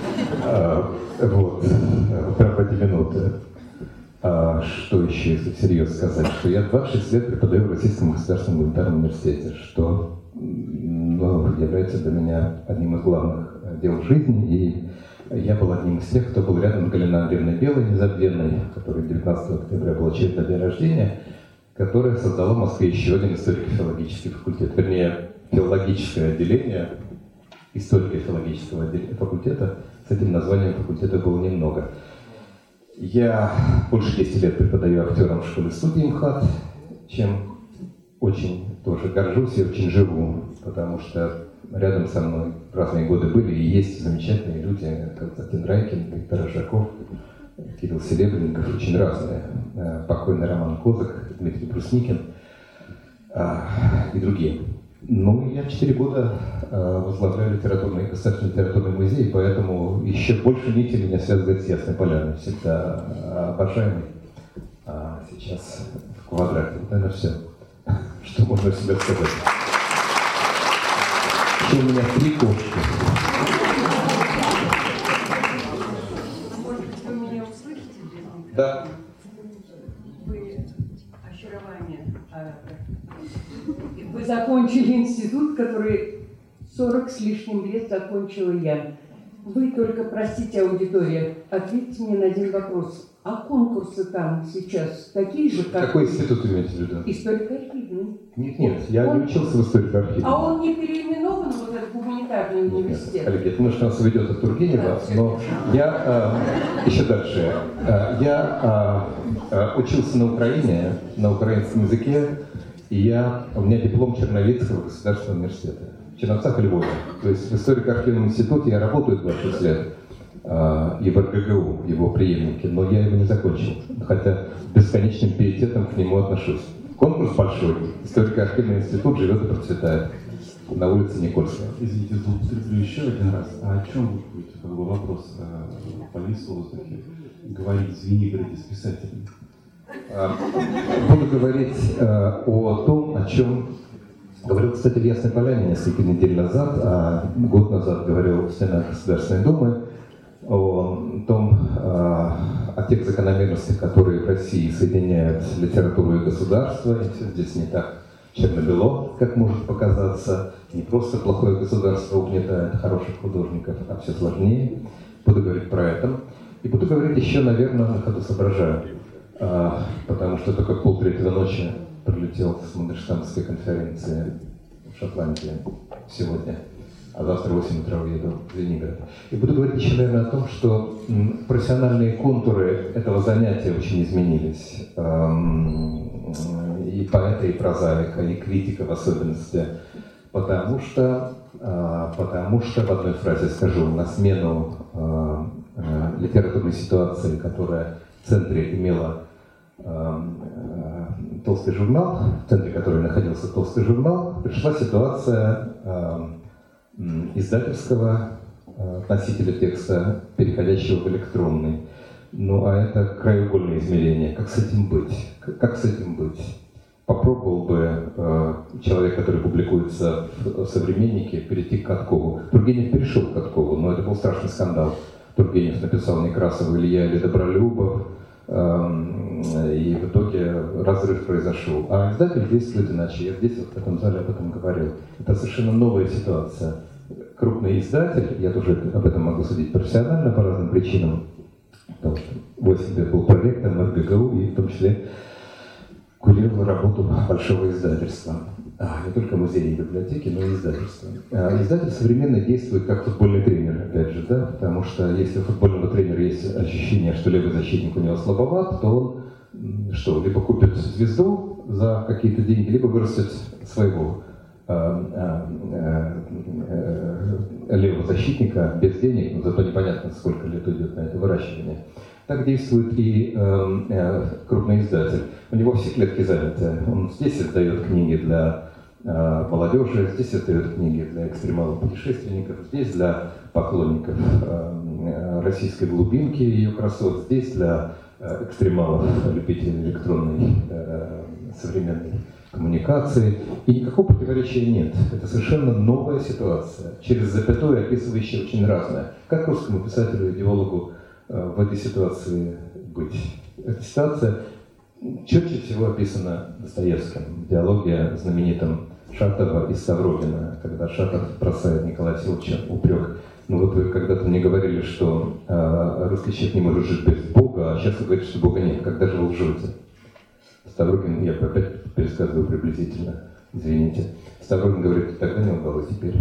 Вот. Прям в эти минуты. Что еще, если всерьез сказать? Что я 26 лет преподаю в Российском государственном гуманитарном университете, что является для меня одним из главных дел жизни. И я был одним из тех, кто был рядом с Галиной Андреевной Белой, незабвенной, которой 19 октября был очередной день рождения, которая создала в Москве еще один историко-филологический факультет, вернее, филологическое отделение историко-филологического факультета. С этим названием факультета было немного. Я больше 10 лет преподаю актерам в школе-студии МХАТ, чем очень тоже горжусь и очень живу, потому что рядом со мной в разные годы были и есть замечательные люди, как Константин Райкин, Виктор Рожаков, Кирилл Серебренников, очень разные, покойный Роман Козак, Дмитрий Брусникин и другие. Ну, я 4 года возглавляю государственный литературный музей, поэтому еще больше нити меня связывает с Ясной Поляной, всегда обожаемый. А сейчас в квадрате. Вот, наверное, все, что можно о себе сказать. Еще у меня 3 кошки. Может быть, вы меня услышите? Да. Вы очарование. Вы закончили институт, который 40 с лишним лет закончила я. Вы только, простите, аудитория, ответьте мне на один вопрос. А конкурсы там сейчас такие же, как... Какой институт вы имеете в виду? Историко-архивный. Нет, я не учился в историко-архиве. А он не переименован, вот этот гуманитарный университет? Нет, коллеги, это немножко нас уведет от Тургенева, но я еще дальше. Я учился на Украине, на украинском языке, и у меня диплом Черновицкого государственного университета в Черновцах и Львове. То есть в историко-архивном институте я работаю 26 лет, и в РГГУ, его преемники, но я его не закончил, хотя бесконечным пиететом к нему отношусь. Конкурс большой, историко-архивный институт живет и процветает на улице Никольская. Извините, злоупотреблю еще один раз. А о чем вы будете, как бы вопрос, повис в воздухе, говорить, извини, говорите, с писателями? Буду говорить о том, о чем говорил, кстати, в Ясной Поляне несколько недель назад, а год назад говорил в стенах Государственной Думы, о тех закономерностях, которые в России соединяют литературу и государство. И все здесь не так черно-бело, как может показаться. Не просто плохое государство угнетает хороших художников, а все сложнее. Буду говорить про это. И буду говорить еще, наверное, на ходу соображаю. Потому что только 2:30 ночи прилетел с Мандельштамской конференции в Шотландии сегодня. А завтра в 8 утра уеду в Ленинград. И буду говорить еще, наверное, о том, что профессиональные контуры этого занятия очень изменились. И поэта, и прозаика, и критика в особенности. Потому что в одной фразе скажу, на смену литературной ситуации, которая в центре имела толстый журнал, в центре которой находился толстый журнал, пришла ситуация издательского носителя текста, переходящего в электронный. Ну, а это краеугольное измерение. Как с этим быть? Как с этим быть? Попробовал бы человек, который публикуется в «Современнике», перейти к Каткову. Тургенев перешел к Каткову, но это был страшный скандал. Тургенев написал Некрасов, Илья или Добролюбов, и в итоге разрыв произошел. А издатель действует иначе. Я здесь вот в этом зале об этом говорил. Это совершенно новая ситуация. Крупный издатель, я тоже об этом могу судить профессионально по разным причинам, потому что 8 лет был проректором РГГУ и в том числе курировал работу большого издательства. Не только музеи и библиотеки, но и издательства. Издатель современный действует как футбольный тренер, опять же, да? Потому что если у футбольного тренера есть ощущение, что левый защитник у него слабоват, то он либо купит звезду за какие-то деньги, либо вырастет своего левого защитника без денег, но зато непонятно, сколько лет идет на это выращивание. Так действует и крупный издатель. У него все клетки заняты. Он здесь издает книги для молодежи, здесь издает книги для экстремалов-путешественников, здесь для поклонников российской глубинки и ее красот, здесь для экстремалов, любителей электронной современной коммуникации. И никакого противоречия нет. Это совершенно новая ситуация, через запятую описывающая очень разное. Как русскому писателю, идеологу в этой ситуации быть? Эта ситуация четче всего описана Достоевским в диалоге знаменитом Шатова и Ставрогина, когда Шатов бросает Николая Всеволодовича упрек. Ну вот вы когда-то мне говорили, что русский человек не может жить без Бога, а сейчас вы говорите, что Бога нет. Когда же вы лжете? Ставрогин, я опять пересказываю приблизительно, извините. Ставрогин говорит, тогда не лгал, и теперь.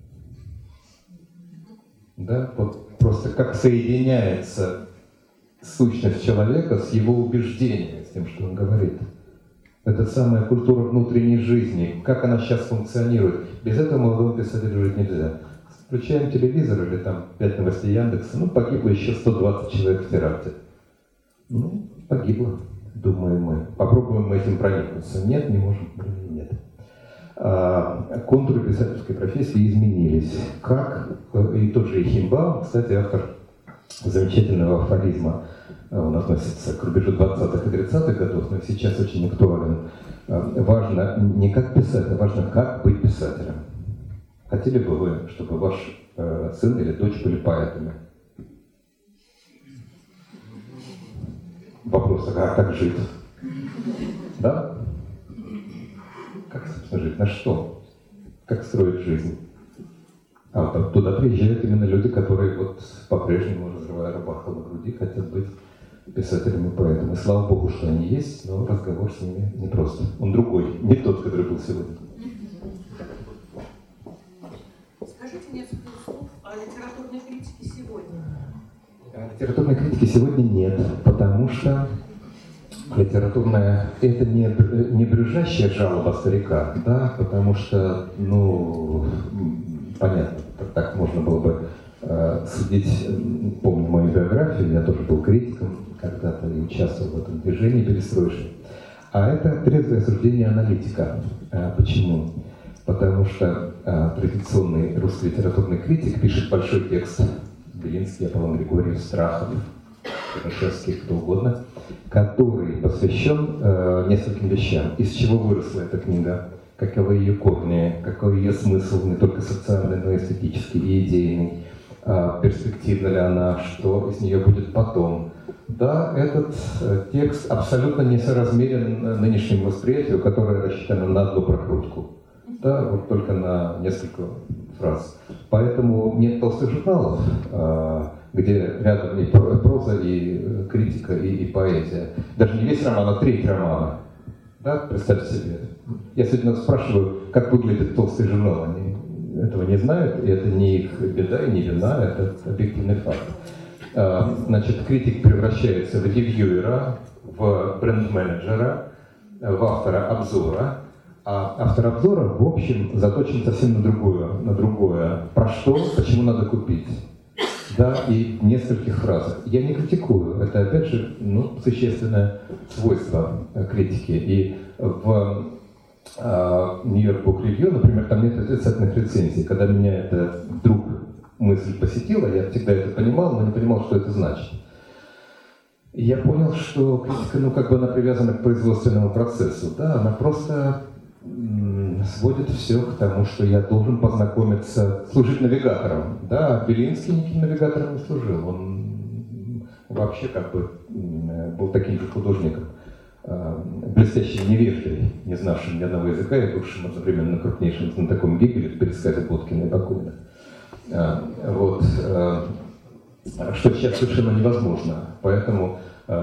Да, вот просто как соединяется сущность человека с его убеждениями, с тем, что он говорит. Это самая культура внутренней жизни, как она сейчас функционирует. Без этого молодому писателю жить нельзя. Включаем телевизор или там 5 новостей Яндекса, ну погибло еще 120 человек в теракте. Ну, погибло, думаем мы. Попробуем мы этим проникнуться. Нет, не можем, нет. Контуры писательской профессии изменились. Как, и тот же Ихимбаум, кстати, автор замечательного афоризма, он относится к рубежу 20-х и 30-х годов, но сейчас очень актуален. Важно не как писать, а важно, как быть писателем. Хотели бы вы, чтобы ваш сын или дочь были поэтами? Вопрос, а как жить? Да? Как, собственно, жить? На что? Как строить жизнь? А вот туда приезжают именно люди, которые вот по-прежнему, разрывая рубаху на груди, хотят быть писателями и поэтами. Слава Богу, что они есть, но разговор с ними непросто. Он другой, не тот, который был сегодня. Скажите несколько слов о литературной критике сегодня. Литературной критики сегодня нет, потому что литературная – это не брюзжащая жалоба старика, да, потому что, ну, понятно, так можно было бы судить. Помню мою биографию, я тоже был критиком когда-то и участвовал в этом движении перестроечном. А это трезвое суждение аналитика. Почему? Потому что традиционный русский литературный критик пишет большой текст, Белинский, Аполлон Григорьев, Страхов, Чернышевский, кто угодно, который посвящен нескольким вещам. Из чего выросла эта книга, каковы ее корни, какой ее смысл, не только социальный, но и эстетический, и идейный, перспективна ли она, что из нее будет потом. Да, этот текст абсолютно несоразмерен нынешнему восприятию, которое рассчитано на одну прокрутку. Да, вот только на несколько фраз. Поэтому нет толстых журналов, где рядом и проза, и критика, и поэзия. Даже не весь роман, а треть романа. Да, представьте себе. Я сегодня спрашиваю, как выглядит толстый журнал. Они этого не знают, и это не их беда и не вина, это объективный факт. Значит, критик превращается в ревьюера, в бренд-менеджера, в автора обзора. А автор обзора, в общем, заточен совсем на другое. Про что, почему надо купить. Да, и в нескольких фразах. Я не критикую, это, опять же, ну, существенное свойство критики. И в New York Book Review, например, там нет отрицательных рецензий. Когда меня это вдруг мысль посетила, я всегда это понимал, но не понимал, что это значит. И я понял, что критика, ну, как бы она привязана к производственному процессу. Да, она просто сводит все к тому, что я должен познакомиться, служить навигатором. Да, Белинский никаким навигатором не служил. Он вообще как бы был таким же художником, блестящим невеждой, не знавшим ни одного языка и бывшим одновременно крупнейшим знатоком Гегеля в пересказе Боткина и Бакунина. Вот. Что сейчас совершенно невозможно. Поэтому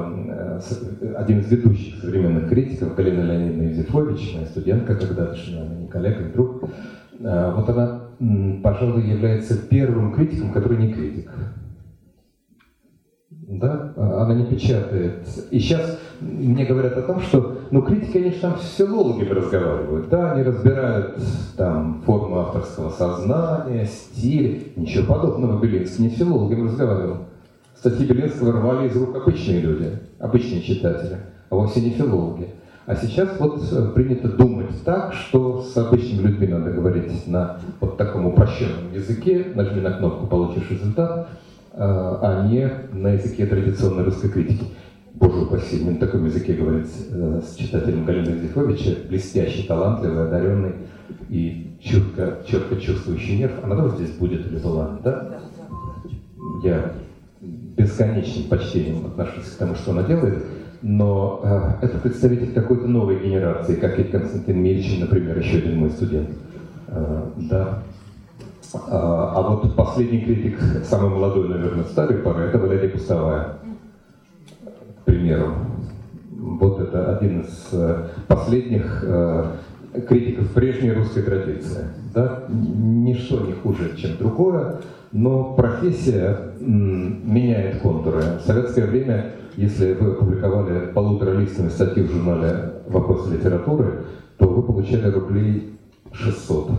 один из ведущих современных критиков, Галина Леонидовна Юзефович, моя студентка когда-то, не коллега и друг, вот она, пожалуй, является первым критиком, который не критик. да, она не печатает. И сейчас мне говорят о том, что, критики, конечно, там с филологами разговаривают, да, они разбирают там форму авторского сознания, стиль, ничего подобного Белинский не с филологами разговаривал. Статьи Белинского рвали из рук обычные люди, обычные читатели, а вовсе не филологи. А сейчас вот принято думать так, что с обычными людьми надо говорить на вот таком упрощенном языке, нажми на кнопку, получишь результат, а не на языке традиционной русской критики. Боже упаси, не на таком языке говорить с читателем Галины Юзефовича, блестящий, талантливый, одаренный и четко чувствующий нерв. Она тоже здесь будет или была, да? Я бесконечным почтением отношусь к тому, что она делает, но это представитель какой-то новой генерации, как и Константин Мельчин, например, еще один мой студент. Да. А вот последний критик, самый молодой, наверное, старой поры, это Валерия Пустовая, к примеру. Вот это один из последних критиков прежней русской традиции. Да? Ничто не хуже, чем другое, но профессия меняет контуры. В советское время, если вы опубликовали полуторалистную статью в журнале «Вопросы литературы», то вы получали рублей 600.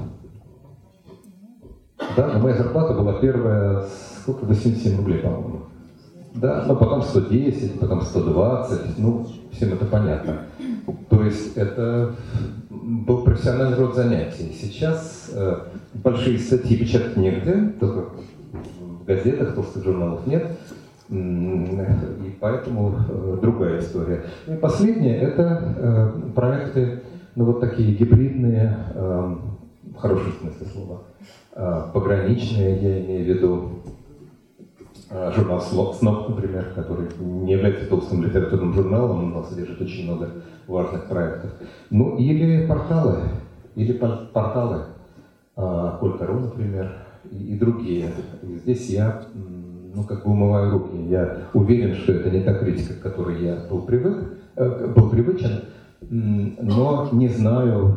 Да, но моя зарплата была первая, 87 рублей, по-моему. Да, но потом 110, потом 120, всем это понятно. То есть это был профессиональный род занятий. Сейчас большие статьи печатать негде, только в газетах, толстых журналах нет. И поэтому другая история. И последнее – это проекты, вот такие гибридные, в хорошем смысле слова, пограничные, я имею в виду журнал «Сноб», например, который не является толстым литературным журналом, но содержит очень много важных проектов. Или порталы, Коль.ру, например, и другие. И здесь я, умываю руки. Я уверен, что это не та критика, к которой я был привычен, но не знаю,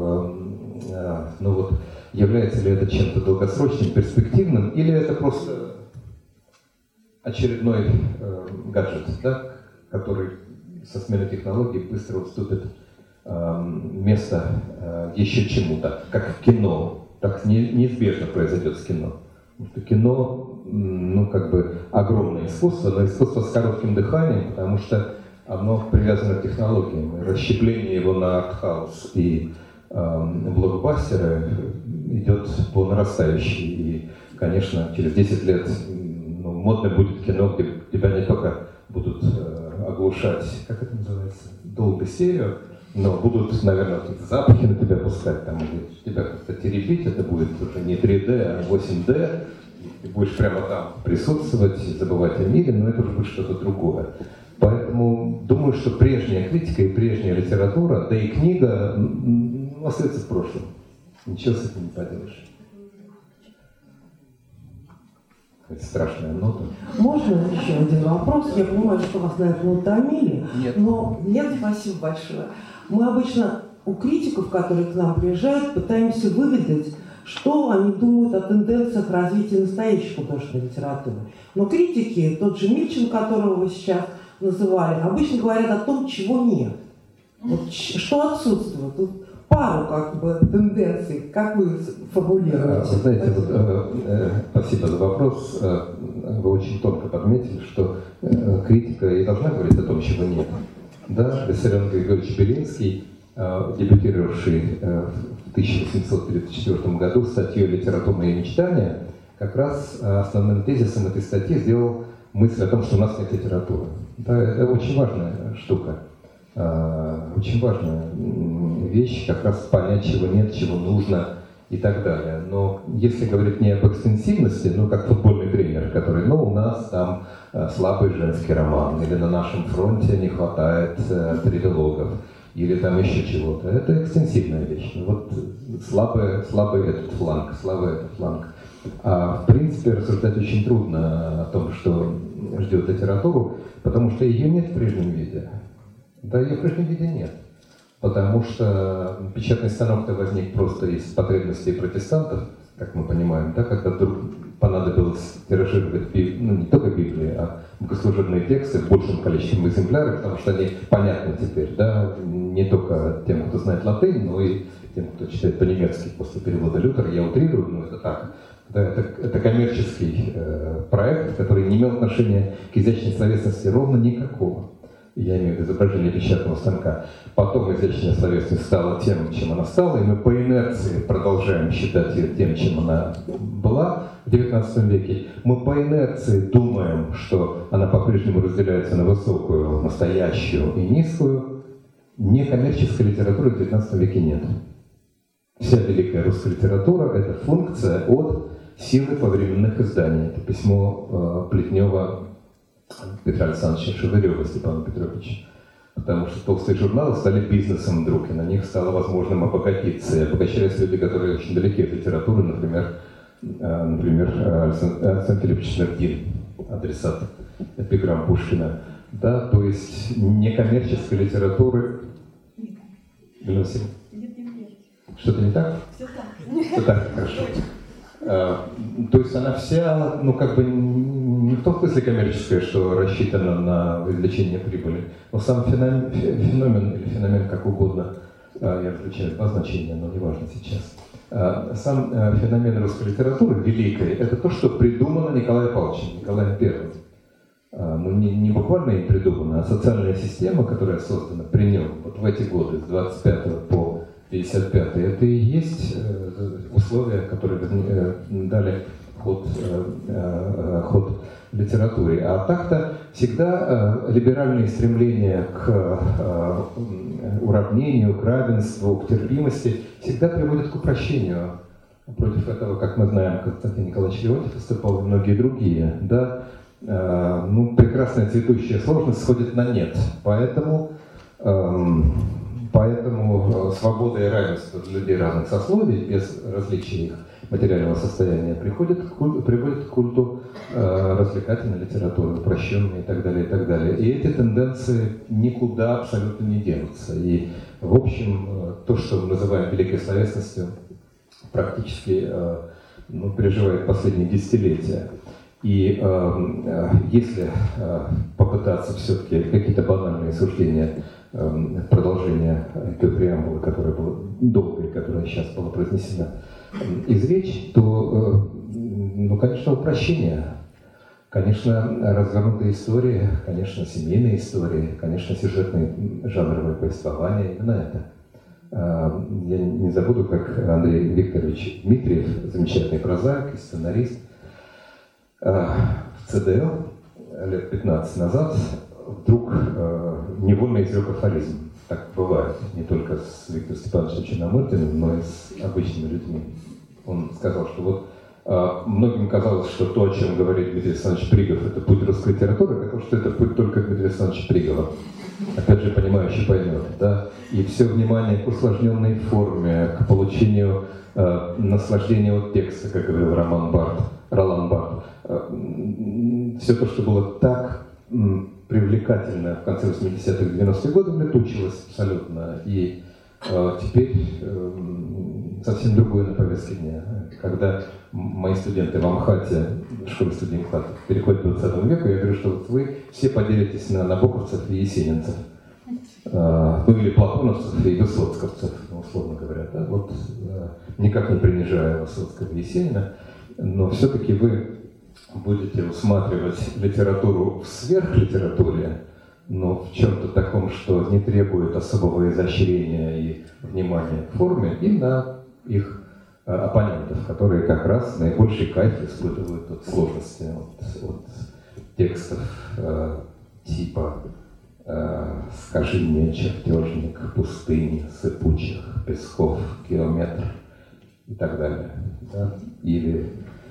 является ли это чем-то долгосрочным, перспективным, или это просто очередной гаджет, да, который со сменой технологий быстро уступит место еще чему-то, как в кино. Так неизбежно произойдет с кино. Потому что кино, огромное искусство, но искусство с коротким дыханием, потому что оно привязано к технологиям. Расщепление его на артхаус и блокбастеры идет по нарастающей. И, конечно, через 10 лет модно будет кино, где тебя не только будут оглушать, как это называется, долго стерео, но будут, наверное, какие-то запахи на тебя пускать, там, или тебя как-то теребить, это будет уже не 3D, а 8D, ты будешь прямо там присутствовать, забывать о мире, но это уже будет что-то другое. Поэтому думаю, что прежняя критика и прежняя литература, да и книга, остается в прошлом. Ничего с этим не поделаешь. Это страшная нота. Можно еще один вопрос? Я понимаю, что вас, наверное, утомили. Нет. Но нет, спасибо большое. Мы обычно у критиков, которые к нам приезжают, пытаемся выведать, что они думают о тенденциях развития настоящей художественной литературы. Но критики, тот же Мильчин, которого вы сейчас называли, обычно говорят о том, чего нет. Вот что отсутствует. Тут пару тенденций, как вы формулируете? Знаете, спасибо за вопрос. Вы очень тонко подметили, что критика и должна говорить о том, чего нет. Да, Виссарион Григорьевич Белинский, дебютировавший в 1834 году статьей «Литературные мечтания», как раз основным тезисом этой статьи сделал мысль о том, что у нас нет литературы. Да, это очень важная штука. Очень важная вещь, как раз понять, чего нет, чего нужно и так далее. Но если говорить не об экстенсивности, как футбольный тренер, который, у нас там слабый женский роман, или на нашем фронте не хватает трилогов, или там еще чего-то. Это экстенсивная вещь. Вот слабый этот фланг. А в принципе рассуждать очень трудно о том, что ждет литературу, потому что ее нет в прежнем виде. Да, ее в прежнем виде нет. Потому что печатный станок-то возник просто из потребностей протестантов, как мы понимаем, да, когда вдруг понадобилось тиражировать не только Библии, а богослужебные тексты в большем количестве экземпляров, потому что они понятны теперь, да, не только тем, кто знает латынь, но и тем, кто читает по-немецки после перевода Лютера. Я утрирую, но это так. Да, это коммерческий проект, который не имел отношения к изящной словесности ровно никакого. Я имею в виду изображение печатного станка. Потом изящная словесность стала тем, чем она стала, и мы по инерции продолжаем считать ее тем, чем она была в XIX веке. Мы по инерции думаем, что она по-прежнему разделяется на высокую, настоящую и низкую. Некоммерческой литературы в XIX веке нет. Вся великая русская литература – это функция от силы повременных изданий. Это письмо Плетнева Петра Александровича Шевырева Степана Петровича. Потому что толстые журналы стали бизнесом вдруг, и на них стало возможным обогатиться. И обогащались люди, которые очень далеки от литературы, например, Александр Филиппович Смердин, адресат эпиграмм Пушкина. Да, то есть некоммерческой литературы... Что-то не так? Все так. Все так, хорошо. То есть она вся, не в том смысле коммерческая, что рассчитана на извлечение прибыли, но сам феномен как угодно, я различаю два значения, но не важно сейчас. Сам феномен русской литературы великой, это то, что придумано Николаем Павловичем, Николаем Первым. Не буквально им придумано, а социальная система, которая создана при нем вот в эти годы, с 25 по 55, это и есть условия, которые дали ход литературе. А так-то всегда либеральные стремления к уравнению, к равенству, к терпимости всегда приводят к упрощению. Против этого, как мы знаем, Константин Николаевич Леонтьев выступал и многие другие. Да? Прекрасная цветущая сложность сходит на нет. Поэтому свобода и равенство для людей разных сословий, без различия их материального состояния, приводит к культу развлекательной литературы, упрощенной и так далее, и так далее. И эти тенденции никуда абсолютно не денутся. И, в общем, то, что мы называем великой словесностью, практически переживает последние десятилетия. И если попытаться все-таки какие-то банальные суждения, продолжение той преамбулы, которая была долгой, которая сейчас была произнесена, изречь, то, конечно, упрощение, конечно, развернутые истории, конечно, семейные истории, конечно, сюжетные жанровые повествования, именно это. Я не забуду, как Андрей Викторович Дмитриев, замечательный прозаик и сценарист, в ЦДЛ лет 15 назад вдруг невольно изрек афоризм. Так бывает не только с Виктором Степановичем Черномырдиным, но и с обычными людьми. Он сказал, что вот многим казалось, что то, о чем говорит Дмитрий Александрович Пригов, это путь русской литературы, потому что это путь только Дмитрия Александровича Пригова. Опять же, понимающий поймет. Да? И все внимание к усложненной форме, к получению наслаждения от текста, как говорил Ролан Барт. Все то, что было так привлекательно в конце 80-х, 90-х годов, улетучилось абсолютно. И теперь совсем другое на повестке дня. Когда мои студенты в Амхате, в школе студии МХАТ, переходят к 20 веку, я говорю, что вот вы все поделитесь на набоковцев и есенинцев. Или платоновцев и высоцковцев, условно говоря. Да? Вот, никак не принижая Высоцкого и Есенина, но все-таки вы будете усматривать литературу в сверхлитературе, но в чем-то таком, что не требует особого изощрения и внимания к форме, и на их оппонентов, которые как раз наибольший кайф испытывают от сложности, от текстов типа «Скажи мне, чертежник, пустыни, сыпучих песков, километр» и так далее. Да? Или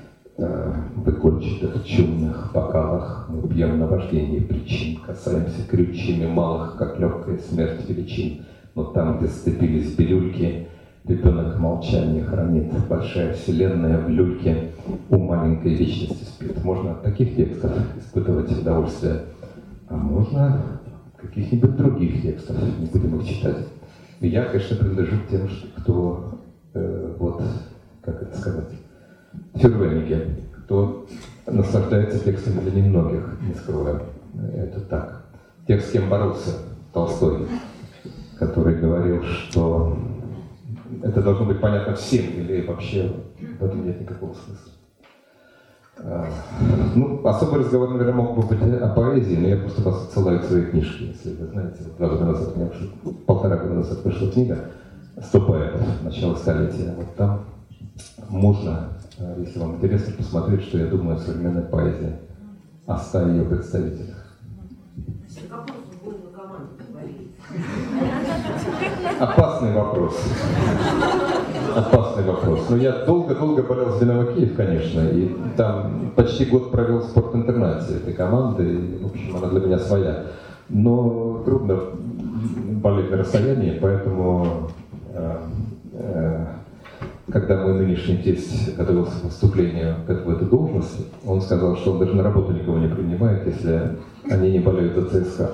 в игольчатых чумных бокалах мы пьем наваждение причин, касаемся крючьями малых, как легкая смерть величин. Но там, где сцепились бирюльки, ребенок молчание хранит. Большая вселенная в люльке у маленькой вечности спит. Можно от таких текстов испытывать удовольствие, а можно каких-нибудь других текстов, не будем их читать. И я, конечно, принадлежу к тем, кто, как это сказать, фюрвеники, кто наслаждается текстами для немногих, не скрою. Это так. Тех, с кем боролся Толстой, который говорил, что это должно быть понятно всем, или вообще в этом нет никакого смысла. Ну, особый разговор, наверное, мог бы быть о поэзии, но я просто вас отсылаю к своей книжке, если вы знаете. Вот 2 года назад, полтора года назад вышла книга «100 поэтов. Начало столетия». Вот там можно, если вам интересно, посмотреть, что я думаю о современной поэзии, о 100 ее представителях. Опасный вопрос. Опасный вопрос. Но я долго-долго болел за «Динамо Киев», конечно, и там почти год провел в спортинтернате этой команды, и, в общем, она для меня своя. Но трудно болеть на расстоянии, поэтому когда мой нынешний тесть готовился к выступлению в эту должность, он сказал, что он даже на работу никого не принимает, если они не болеют за ЦСКА.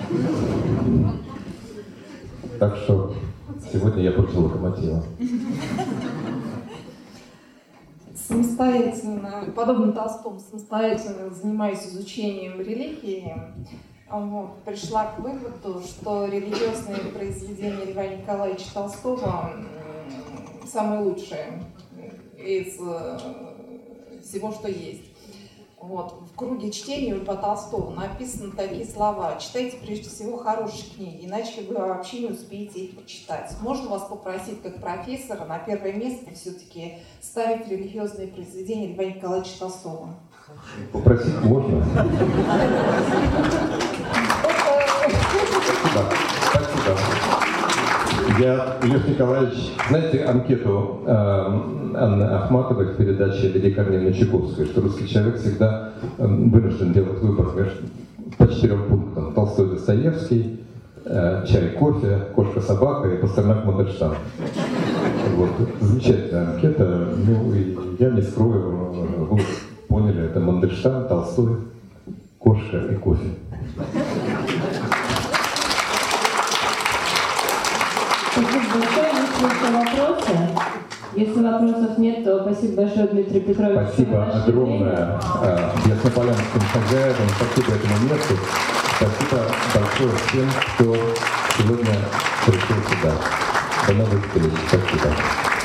Так что сегодня я против «Локомотива». Самостоятельно, подобно Толстому, самостоятельно занимаюсь изучением религии. Вот, пришла к выводу, что религиозные произведения Льва Николаевича Толстого самые лучшие из всего, что есть. Вот. В круге чтения по Толстому написаны такие слова: читайте прежде всего хорошие книги, иначе вы вообще не успеете их почитать. Можно вас попросить, как профессора, на первое место все-таки ставить религиозные произведения Льва Николаевича Толстого? Попросить можно? Спасибо. Я, Лев Николаевич, знаете анкету Анны Ахматовой в передаче Лидии Корнеевны Чайковской, что русский человек всегда вынужден делать выбор по 4 пунктам: Толстой, Достоевский, чай, кофе, кошка-собака и Пастернак, Мандельштам. Вот. Замечательная анкета. Ну и я не скрою, вы поняли, это Мандельштам, Толстой, кошка и кофе. Спасибо большое. Есть ли еще вопросы? Если вопросов нет, то спасибо большое, Дмитрий Петрович. Спасибо огромное яснополянским хозяевам, спасибо этому месту. Спасибо большое всем, кто сегодня пришел сюда. До новых встреч. Спасибо.